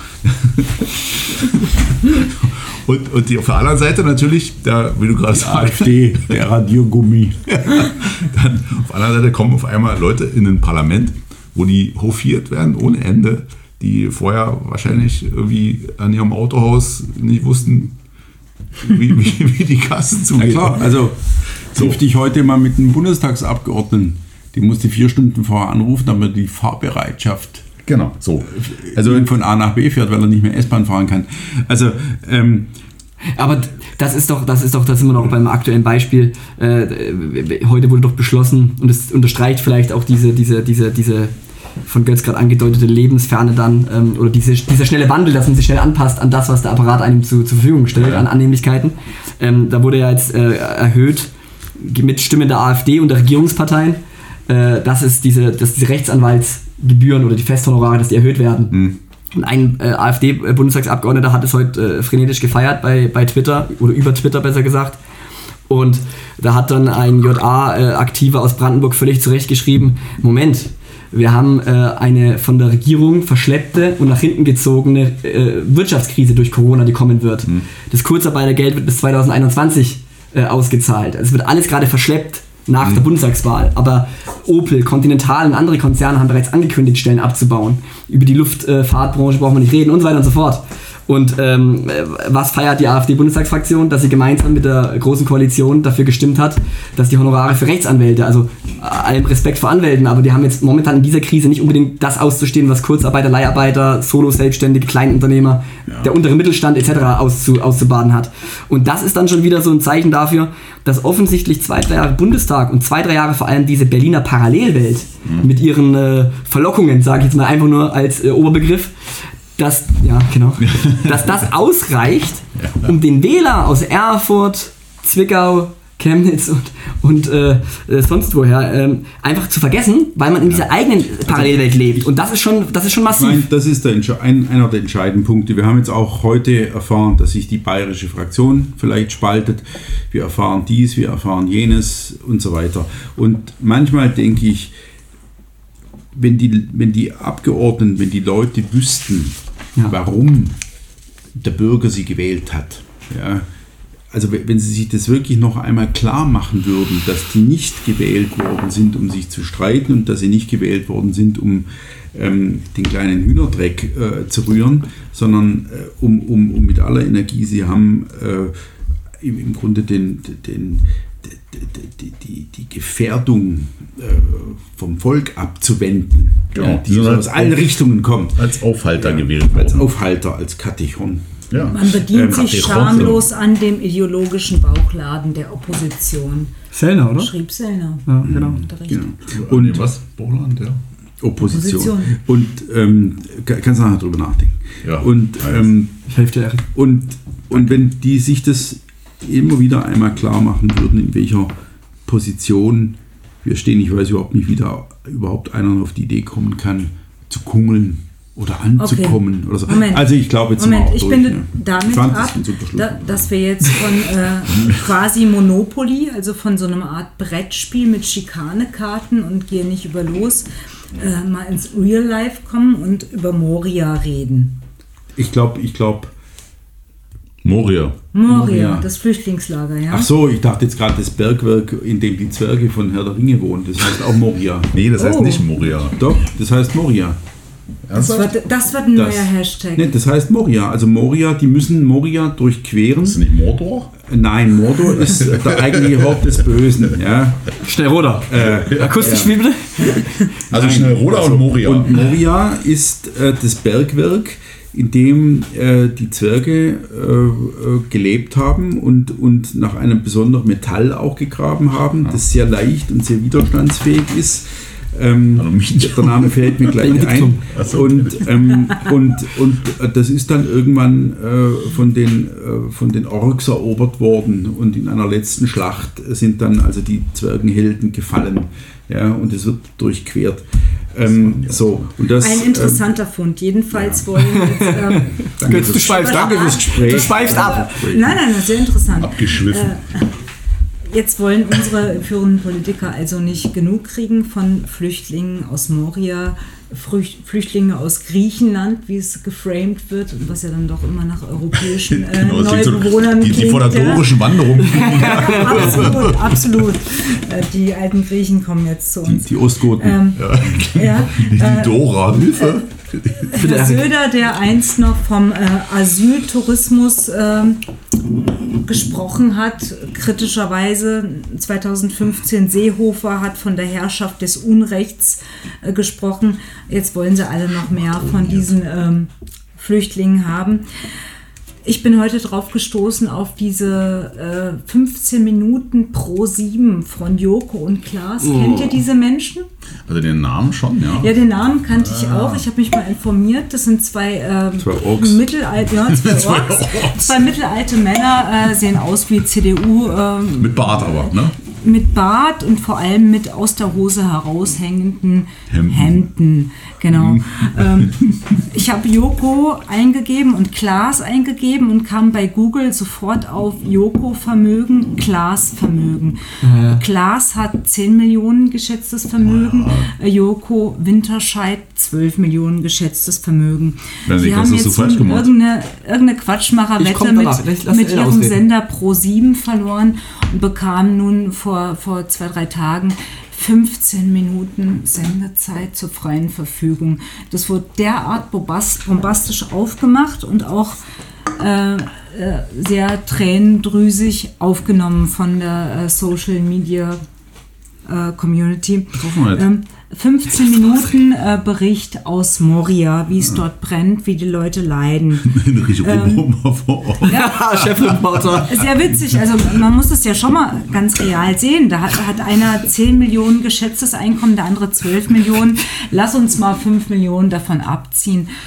Und, und die, auf der anderen Seite natürlich, der, wie du gerade sagst,
AfD, der Radiergummi.
Dann auf der anderen Seite kommen auf einmal Leute in ein Parlament, wo die hofiert werden ohne Ende, die vorher wahrscheinlich irgendwie an ihrem Autohaus nicht wussten, wie, wie, wie die Kassen zugehen.
Ja klar, also triff dich heute mal mit einem Bundestagsabgeordneten, den musst du vier Stunden vorher anrufen, damit die Fahrbereitschaft
genau so
also von A nach B fährt, weil er nicht mehr S-Bahn fahren kann. Also ähm,
aber das ist doch, das ist doch, da sind wir noch beim aktuellen Beispiel. Äh, heute wurde doch beschlossen, und das unterstreicht vielleicht auch diese, diese, diese, diese von Götz gerade angedeutete Lebensferne dann, ähm, oder diese, dieser schnelle Wandel, dass man sich schnell anpasst an das, was der Apparat einem zu, zur Verfügung stellt, an Annehmlichkeiten. Ähm, da wurde ja jetzt äh, erhöht, mit Stimmen der AfD und der Regierungsparteien, äh, dass es diese, dass diese Rechtsanwaltsgebühren oder die Festhonorare, dass die erhöht werden. Mhm. Und ein äh, AfD-Bundestagsabgeordneter hat es heute äh, frenetisch gefeiert bei, bei Twitter, oder über Twitter besser gesagt. Und da hat dann ein J A-Aktiver aus Brandenburg völlig zurecht geschrieben, Moment, wir haben äh, eine von der Regierung verschleppte und nach hinten gezogene äh, Wirtschaftskrise durch Corona, die kommen wird. Mhm. Das Kurzarbeitergeld wird bis zwanzig einundzwanzig äh, ausgezahlt. Es wird alles gerade verschleppt nach mhm. der Bundestagswahl. Aber Opel, Continental und andere Konzerne haben bereits angekündigt, Stellen abzubauen. Über die Luftfahrtbranche brauchen wir nicht reden und so weiter und so fort. Und ähm, was feiert die AfD-Bundestagsfraktion? Dass sie gemeinsam mit der Großen Koalition dafür gestimmt hat, dass die Honorare für Rechtsanwälte, also allem Respekt vor Anwälten, aber die haben jetzt momentan in dieser Krise nicht unbedingt das auszustehen, was Kurzarbeiter, Leiharbeiter, Solo-Selbstständige, Kleinunternehmer, ja. der untere Mittelstand et cetera auszu, auszubaden hat. Und das ist dann schon wieder so ein Zeichen dafür, dass offensichtlich zwei, drei Jahre Bundestag und zwei, drei Jahre vor allem diese Berliner Parallelwelt mhm. mit ihren äh, Verlockungen, sage ich jetzt mal einfach nur als äh, Oberbegriff, dass, ja, genau, dass das ausreicht, um den Wähler aus Erfurt, Zwickau, Chemnitz und, und äh, sonst woher, ähm, einfach zu vergessen, weil man in dieser eigenen Parallelwelt lebt. Und das ist schon, das ist schon massiv.
Nein, das ist der, ein, einer der entscheidenden Punkte. Wir haben jetzt auch heute erfahren, dass sich die bayerische Fraktion vielleicht spaltet. Wir erfahren dies, wir erfahren jenes und so weiter. Und manchmal denke ich, wenn die, wenn die Abgeordneten, wenn die Leute wüssten, ja. warum der Bürger sie gewählt hat, ja, also wenn sie sich das wirklich noch einmal klar machen würden, dass die nicht gewählt worden sind, um sich zu streiten und dass sie nicht gewählt worden sind, um ähm, den kleinen Hühnerdreck äh, zu rühren, sondern äh, um, um, um mit aller Energie, sie haben äh, im, im Grunde den, den, die, die, die Gefährdung äh, vom Volk abzuwenden,
genau.
ja, die so aus allen Richtungen kommt.
Als Aufhalter
ja,
gewählt worden.
Als Aufhalter, als Katechon.
Ja. Man bedient ähm, sich schamlos an dem ideologischen Bauchladen der Opposition.
Sellner, oder?
Schrieb Sellner.
Ja, genau.
genau.
Und, Und was? Bauchladen, ja.
Opposition. Opposition. Und ähm, kannst du nachher drüber nachdenken.
Ja.
Und, ähm,
ich helfe dir, Erik.
Und, und wenn die sich das immer wieder einmal klar machen würden, in welcher Position wir stehen, ich weiß überhaupt nicht, wie da überhaupt einer auf die Idee kommen kann, zu kungeln oder anzukommen. Okay. Oder so.
Moment.
Also ich glaube jetzt
Moment,
mal auch
ich
durch,
bin
ja.
damit ab, da, dass wir jetzt von äh, quasi Monopoly, also von so einer Art Brettspiel mit Schikanekarten und gehen nicht über los, äh, mal ins Real Life kommen und über Moria reden.
Ich glaube, ich glaube
Moria.
Moria.
Moria,
das Flüchtlingslager, ja.
Ach so, ich dachte jetzt gerade das Bergwerk, in dem die Zwerge von Herr der Ringe wohnen. Das heißt auch Moria.
Nee, das heißt
oh.
nicht Moria.
Doch, das heißt Moria.
Das wird, das wird ein
das,
neuer Hashtag.
Nee, das heißt Moria. Also Moria, die müssen Moria durchqueren.
Ist das nicht Mordor?
Nein, Mordor ist der eigentliche Haupt des Bösen. Ja.
Schnellroder.
Äh,
Akustisch wie bitte?
Also Schnellroder also, und Moria.
Und Moria ist äh, das Bergwerk, in dem äh, die Zwerge äh, gelebt haben und, und nach einem besonderen Metall auch gegraben haben, ja. das sehr leicht und sehr widerstandsfähig ist. Ähm, der Name fällt mir gleich ein. Und, ähm, und, und das ist dann irgendwann äh, von, den, äh, von den Orks erobert worden und in einer letzten Schlacht sind dann also die Zwergenhelden gefallen. Ja, und es wird durchquert. Ähm, so, und das,
ein interessanter ähm, Fund. Jedenfalls ja. wollen wir jetzt, ähm,
danke, du schweifst, danke fürs Gespräch.
Du schweifst ab.
Nein, nein, das ist sehr interessant.
Abgeschwiffen.
Äh, Jetzt wollen unsere führenden Politiker also nicht genug kriegen von Flüchtlingen aus Moria, Flüchtlinge aus Griechenland, wie es geframed wird und was ja dann doch immer nach europäischen äh, genau, Neubewohnern
die, die vor der dorischen Wanderung
ja, absolut, absolut. Äh, die alten Griechen kommen jetzt zu uns.
Die, die Ostgoten.
Ähm,
ja.
Ja,
die äh, Dora, Hilfe.
Herr Söder, der einst noch vom äh, Asyltourismus äh, gesprochen hat, kritischerweise zweitausendfünfzehn Seehofer hat von der Herrschaft des Unrechts äh, gesprochen. Jetzt wollen sie alle noch mehr von diesen ähm, Flüchtlingen haben. Ich bin heute drauf gestoßen auf diese äh, fünfzehn Minuten pro sieben von Joko und Klaas. Oh. Kennt ihr diese Menschen?
Also den Namen schon, ja.
Ja, den Namen kannte ich auch. Ich habe mich mal informiert. Das sind zwei, ähm,
zwei Orks.
Mittelalte, ja, zwei,
zwei,
Orks.
Orks.
zwei mittelalte Männer, äh, sehen aus wie C D U. Ähm,
mit Bart aber, ne?
Mit Bart und vor allem mit aus der Hose heraushängenden Hemden. Hemden. Genau. Mhm. Ähm, ich habe Joko eingegeben und Klaas eingegeben und kam bei Google sofort auf Joko-Vermögen, Klaas-Vermögen. Ja. Klaas hat zehn Millionen geschätztes Vermögen, ja. Joko Winterscheid zwölf Millionen geschätztes Vermögen.
Ja,
die haben jetzt
so
irgendeine, irgendeine Quatschmacher-Wette mit, mit ihrem ausreden. Sender Pro sieben verloren und bekamen nun vor, vor zwei, drei Tagen fünfzehn Minuten Sendezeit zur freien Verfügung. Das wurde derart bombastisch aufgemacht und auch äh, sehr tränendrüsig aufgenommen von der äh, Social Media äh, Community. Ähm, fünfzehn Minuten äh, Bericht aus Moria, wie es dort brennt, wie die Leute leiden.
ähm,
ja, Chefreporter. Sehr witzig, also man muss es ja schon mal ganz real sehen. Da hat, hat einer zehn Millionen geschätztes Einkommen, der andere zwölf Millionen. Lass uns mal fünf Millionen davon abziehen.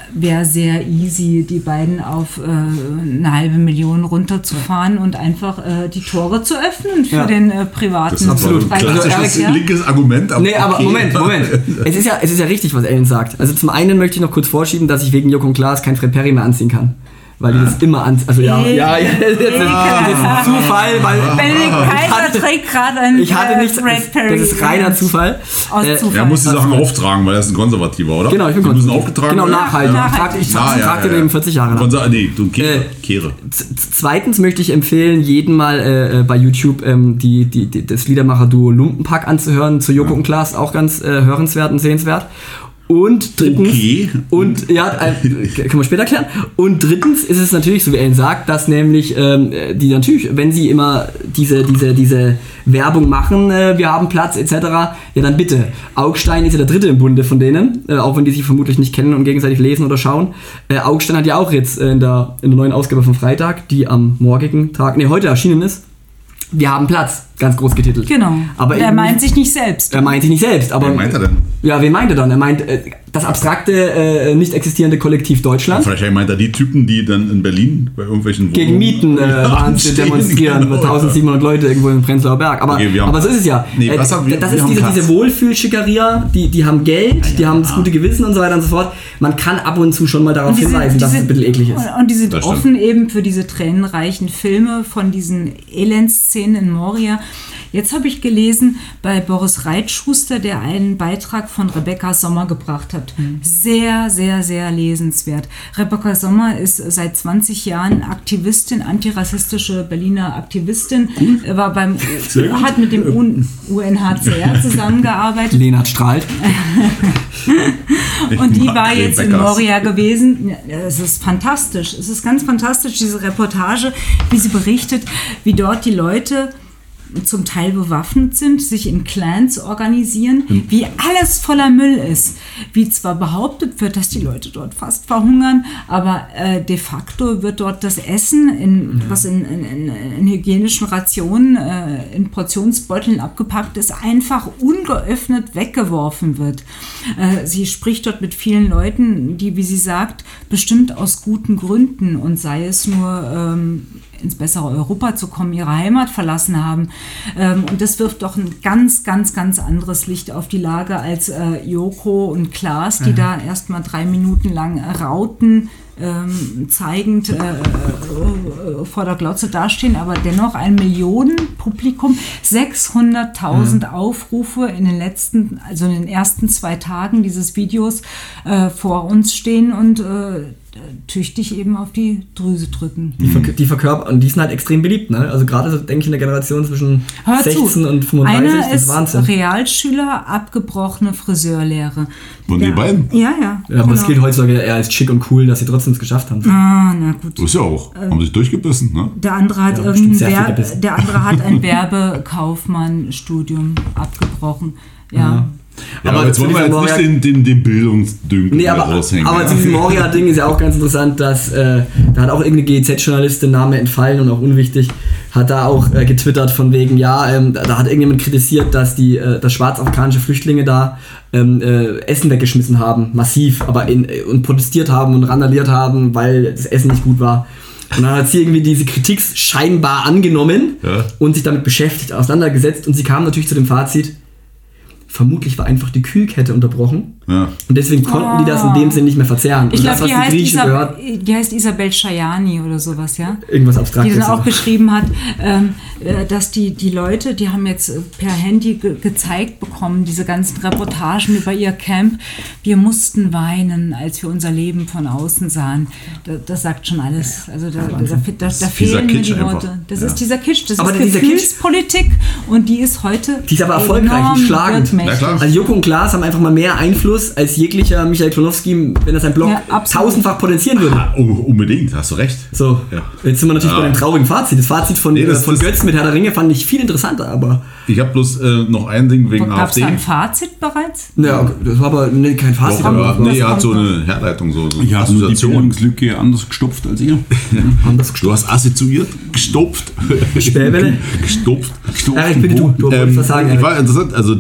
wäre sehr easy, die beiden auf äh, eine halbe Million runterzufahren und einfach äh, die Tore zu öffnen für ja. den äh, privaten.
Das ist absolut ein klassisches
ja.
linkes Argument.
Aber nee, aber okay. Moment, Moment. Es ist, ja, es ist ja richtig, was Ellen sagt. Also zum einen möchte ich noch kurz vorschieben, dass ich wegen Joko und Klaas kein Fred Perry mehr anziehen kann. Weil die das immer an... Also ja, ja, ja, das ist ein Zufall, weil...
Benedikt Kaiser trägt gerade ein
ich hatte nichts, Fred Perry. Das ist reiner Zufall.
Aus Zufall.
Er muss die Sachen auftragen, weil er ist ein Konservativer, oder?
Genau, ich bin
Konservativer. Die müssen aufgetragen
Genau, nachhaltig. Ja. Ich trage, ich trage, ja, trage ja, ja. den vierzig Jahre lang.
Nee, du Kehre. Kehre.
Zweitens möchte ich empfehlen, jeden mal äh, bei YouTube ähm, die, die, die, das Liedermacher-Duo Lumpenpack anzuhören. Zu Joko ja. und Klaas, auch ganz äh, hörenswert und sehenswert. Und drittens, okay. und ja, äh, können wir später erklären. Und drittens ist es natürlich, so wie Ellen sagt, dass nämlich ähm, die natürlich, wenn sie immer diese, diese, diese Werbung machen, äh, wir haben Platz et cetera, ja dann bitte. Augstein ist ja der dritte im Bunde von denen, äh, auch wenn die sich vermutlich nicht kennen und gegenseitig lesen oder schauen. Äh, Augstein hat ja auch jetzt äh, in, der, in der neuen Ausgabe von Freitag, die am morgigen Tag, nee, heute erschienen ist, wir haben Platz, ganz groß getitelt.
Genau.
Aber
er meint sich nicht selbst.
Er meint sich nicht selbst. Aber,
wen meint er denn?
Ja, wen meint er dann? Er meint äh, das abstrakte, äh, nicht existierende Kollektiv Deutschland.
Ja, vielleicht meint er die Typen, die dann in Berlin bei irgendwelchen
Wohnungen gegen Mieten äh, ja, demonstrieren, genau, eintausendsiebenhundert ja. Leute irgendwo im Prenzlauer Berg. Aber, okay, aber so ist es ja. Nee, äh, haben, wir, das wir ist diese, diese Wohlfühl-Schickeria, die, die haben Geld, ja, die ja. haben das gute Gewissen und so weiter und so fort. Man kann ab und zu schon mal darauf hinweisen, dass es ein bisschen eklig ist.
Und die sind offen eben für diese tränenreichen Filme von diesen Elendsszenen in Moria. Jetzt habe ich gelesen bei Boris Reitschuster, der einen Beitrag von Rebecca Sommer gebracht hat. Mhm. Sehr, sehr, sehr lesenswert. Rebecca Sommer ist seit zwanzig Jahren Aktivistin, antirassistische Berliner Aktivistin, mhm. war beim, hat mit dem U N H C R zusammengearbeitet.
Lenart strahlt.
Und die war jetzt in Moria gewesen. Es ist fantastisch. Es ist ganz fantastisch, diese Reportage, wie sie berichtet, wie dort die Leute zum Teil bewaffnet sind, sich in Clans organisieren, mhm. wie alles voller Müll ist. Wie zwar behauptet wird, dass die Leute dort fast verhungern, aber äh, de facto wird dort das Essen, in, ja. was in, in, in hygienischen Rationen, äh, in Portionsbeuteln abgepackt ist, einfach ungeöffnet weggeworfen wird. Äh, sie spricht dort mit vielen Leuten, die, wie sie sagt, bestimmt aus guten Gründen und sei es nur ähm, ins bessere Europa zu kommen, ihre Heimat verlassen haben. Ähm, und das wirft doch ein ganz, ganz, ganz anderes Licht auf die Lage als äh, Joko und Klaas, die mhm. da erst mal drei Minuten lang rauten, ähm, zeigend äh, äh, vor der Glotze dastehen, aber dennoch ein Millionenpublikum, sechshunderttausend mhm. Aufrufe in den letzten, also in den ersten zwei Tagen dieses Videos äh, vor uns stehen und äh, tüchtig eben auf die Drüse drücken.
Die, Ver- die verkörpern, und die sind halt extrem beliebt, ne? Also gerade so, denke ich, in der Generation zwischen Hör sechzehn zu. Und fünfunddreißig,
Einer
das ist Wahnsinn.
Realschüler, abgebrochene Friseurlehre.
Und die beiden?
Ja, ja.
Ja, aber es genau. gilt heutzutage eher als schick und cool, dass sie trotzdem es geschafft haben.
Ah, na gut.
Das ist ja auch. Ähm, haben sich durchgebissen, ne?
Der andere hat, ja, Werbe, der andere hat ein Werbekaufmann-Studium abgebrochen. Ja. ja.
Ja, aber, aber jetzt wollen wir jetzt Moria- nicht den, den, den Bildungsdünkel
nee,
raushängen.
Aber ja. zu diesem Moria-Ding ist ja auch ganz interessant, dass äh, da hat auch irgendeine G E Z-Journalistin, Name entfallen und auch unwichtig, hat da auch äh, getwittert von wegen, ja, ähm, da, da hat irgendjemand kritisiert, dass die äh, dass schwarzafrikanische Flüchtlinge da ähm, äh, Essen weggeschmissen haben, massiv, aber in, äh, und protestiert haben und randaliert haben, weil das Essen nicht gut war. Und dann hat sie irgendwie diese Kritik scheinbar angenommen ja. und sich damit beschäftigt, auseinandergesetzt und sie kam natürlich zu dem Fazit, vermutlich war einfach die Kühlkette unterbrochen. Ja. Und deswegen konnten oh. die das in dem Sinn nicht mehr verzehren.
Ich glaube, die, heißt Isab- die heißt Isabel Schajani oder sowas, ja?
Irgendwas Abstraktes.
Die dann auch geschrieben hat, ähm, dass die, die Leute, die haben jetzt per Handy ge- gezeigt bekommen, diese ganzen Reportagen über ihr Camp, wir mussten weinen, als wir unser Leben von außen sahen. Das, das sagt schon alles. Also da, da, da, da, da fehlen mir die Worte. Das ja. ist dieser Kitsch, das aber ist Gefühlspolitik und die ist heute
die ist aber erfolgreich, die schlagend. Also Joko und Klaas haben einfach mal mehr Einfluss als jeglicher Michael Klonowski, wenn er seinen Blog ja, tausendfach potenzieren würde.
Ah, unbedingt, hast du recht.
So, ja. Jetzt sind wir natürlich ja. bei dem traurigen Fazit. Das Fazit von, nee, das, äh, von Götz mit Herr der Ringe fand ich viel interessanter, aber...
Ich habe bloß äh, noch ein Ding wegen
Gab's
A f D.
Gab es ein Fazit bereits?
Ja, das war aber nee, kein Fazit.
Doch, aber, nee, er hat so eine Herleitung. So, so
ich habe nur die Bildungslücke anders gestopft als ihr.
anders du hast assoziiert, gestopft.
Spähwelle.
gestopft.
gestopft. Ja, ich bin du, du
ähm,
was sagen.
Ich war interessant, also der,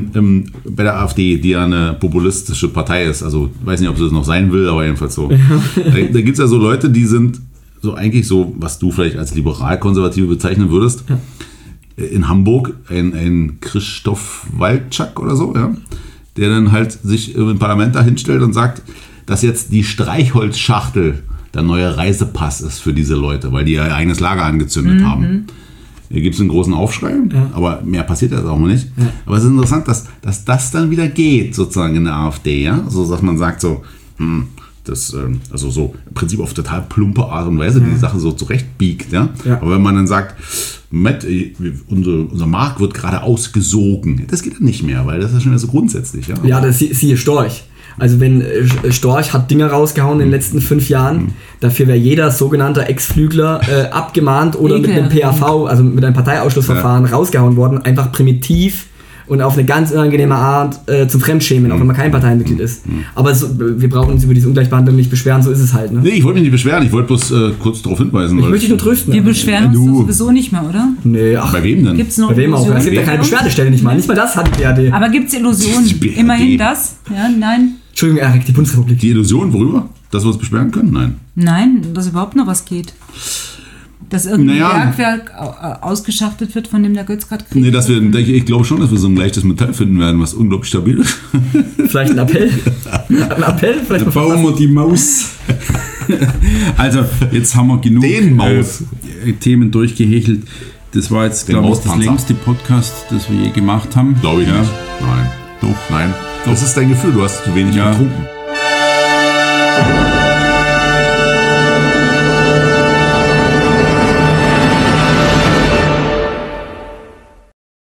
ähm, bei der AfD, die ja eine populistische Partei ist, also ich weiß nicht, ob sie das noch sein will, aber jedenfalls so. Ja. Da, da gibt es ja so Leute, die sind so eigentlich so, was du vielleicht als liberal-konservative bezeichnen würdest. Ja. In Hamburg ein, ein Christoph Walczak oder so, ja, der dann halt sich im Parlament da hinstellt und sagt, dass jetzt die Streichholzschachtel der neue Reisepass ist für diese Leute, weil die ihr eigenes Lager angezündet mhm. haben. Hier gibt es einen großen Aufschrei, ja. aber mehr passiert jetzt auch noch nicht. Ja. Aber es ist interessant, dass, dass das dann wieder geht, sozusagen in der AfD, ja, so dass man sagt so, hm, das, also so im Prinzip auf total plumpe Art und Weise ja. die Sachen so zurechtbiegt, ja? ja. Aber wenn man dann sagt, Matt, unser, unser Markt wird gerade ausgesogen, das geht dann nicht mehr, weil das ist schon wieder so grundsätzlich. Ja,
ja das siehe Storch. Also wenn Storch hat Dinge rausgehauen in den letzten fünf Jahren, mhm. dafür wäre jeder sogenannte Ex-Flügler äh, abgemahnt oder Ekel. mit einem P A V, also mit einem Parteiausschlussverfahren ja. rausgehauen worden, einfach primitiv und auf eine ganz unangenehme Art äh, zum Fremdschämen, mhm. auch wenn man kein Parteimitglied ist. Mhm. Aber so, wir brauchen uns über diese Ungleichbehandlung nicht beschweren, so ist es halt. Ne?
Nee, ich wollte mich nicht beschweren, ich wollte bloß äh, kurz darauf hinweisen.
Ich möchte dich nur trösten.
Wir beschweren uns du. sowieso nicht mehr, oder?
Nee, ach.
Bei wem denn?
Gibt's noch
Bei wem auch? Es gibt ja keine Beschwerdestelle, nicht mal. Nicht mal das hat die B R D.
Aber gibt es Illusionen? Immerhin das? Ja, nein.
Entschuldigung, Erik, die Bundesrepublik.
Die Illusion, worüber? Dass wir uns beschweren können? Nein.
Nein, dass überhaupt noch was geht. Dass irgendein naja. Bergwerk ausgeschachtet wird, von dem der Götz gerade kriegt.
Nee, dass wir, ich, ich glaube schon, dass wir so ein leichtes Metall finden werden, was unglaublich stabil ist.
Vielleicht ein Appell? Ein Appell? Vielleicht
da bauen wir die Maus. Also, jetzt haben wir genug
Den Maus.
Äh, Themen durchgehechelt. Das war jetzt, glaube ich, das längste Podcast, das wir je gemacht haben.
Glaube ich ja. nicht. Nein.
Doch.
Nein. Das ist dein Gefühl, du hast zu wenig ja. getrunken.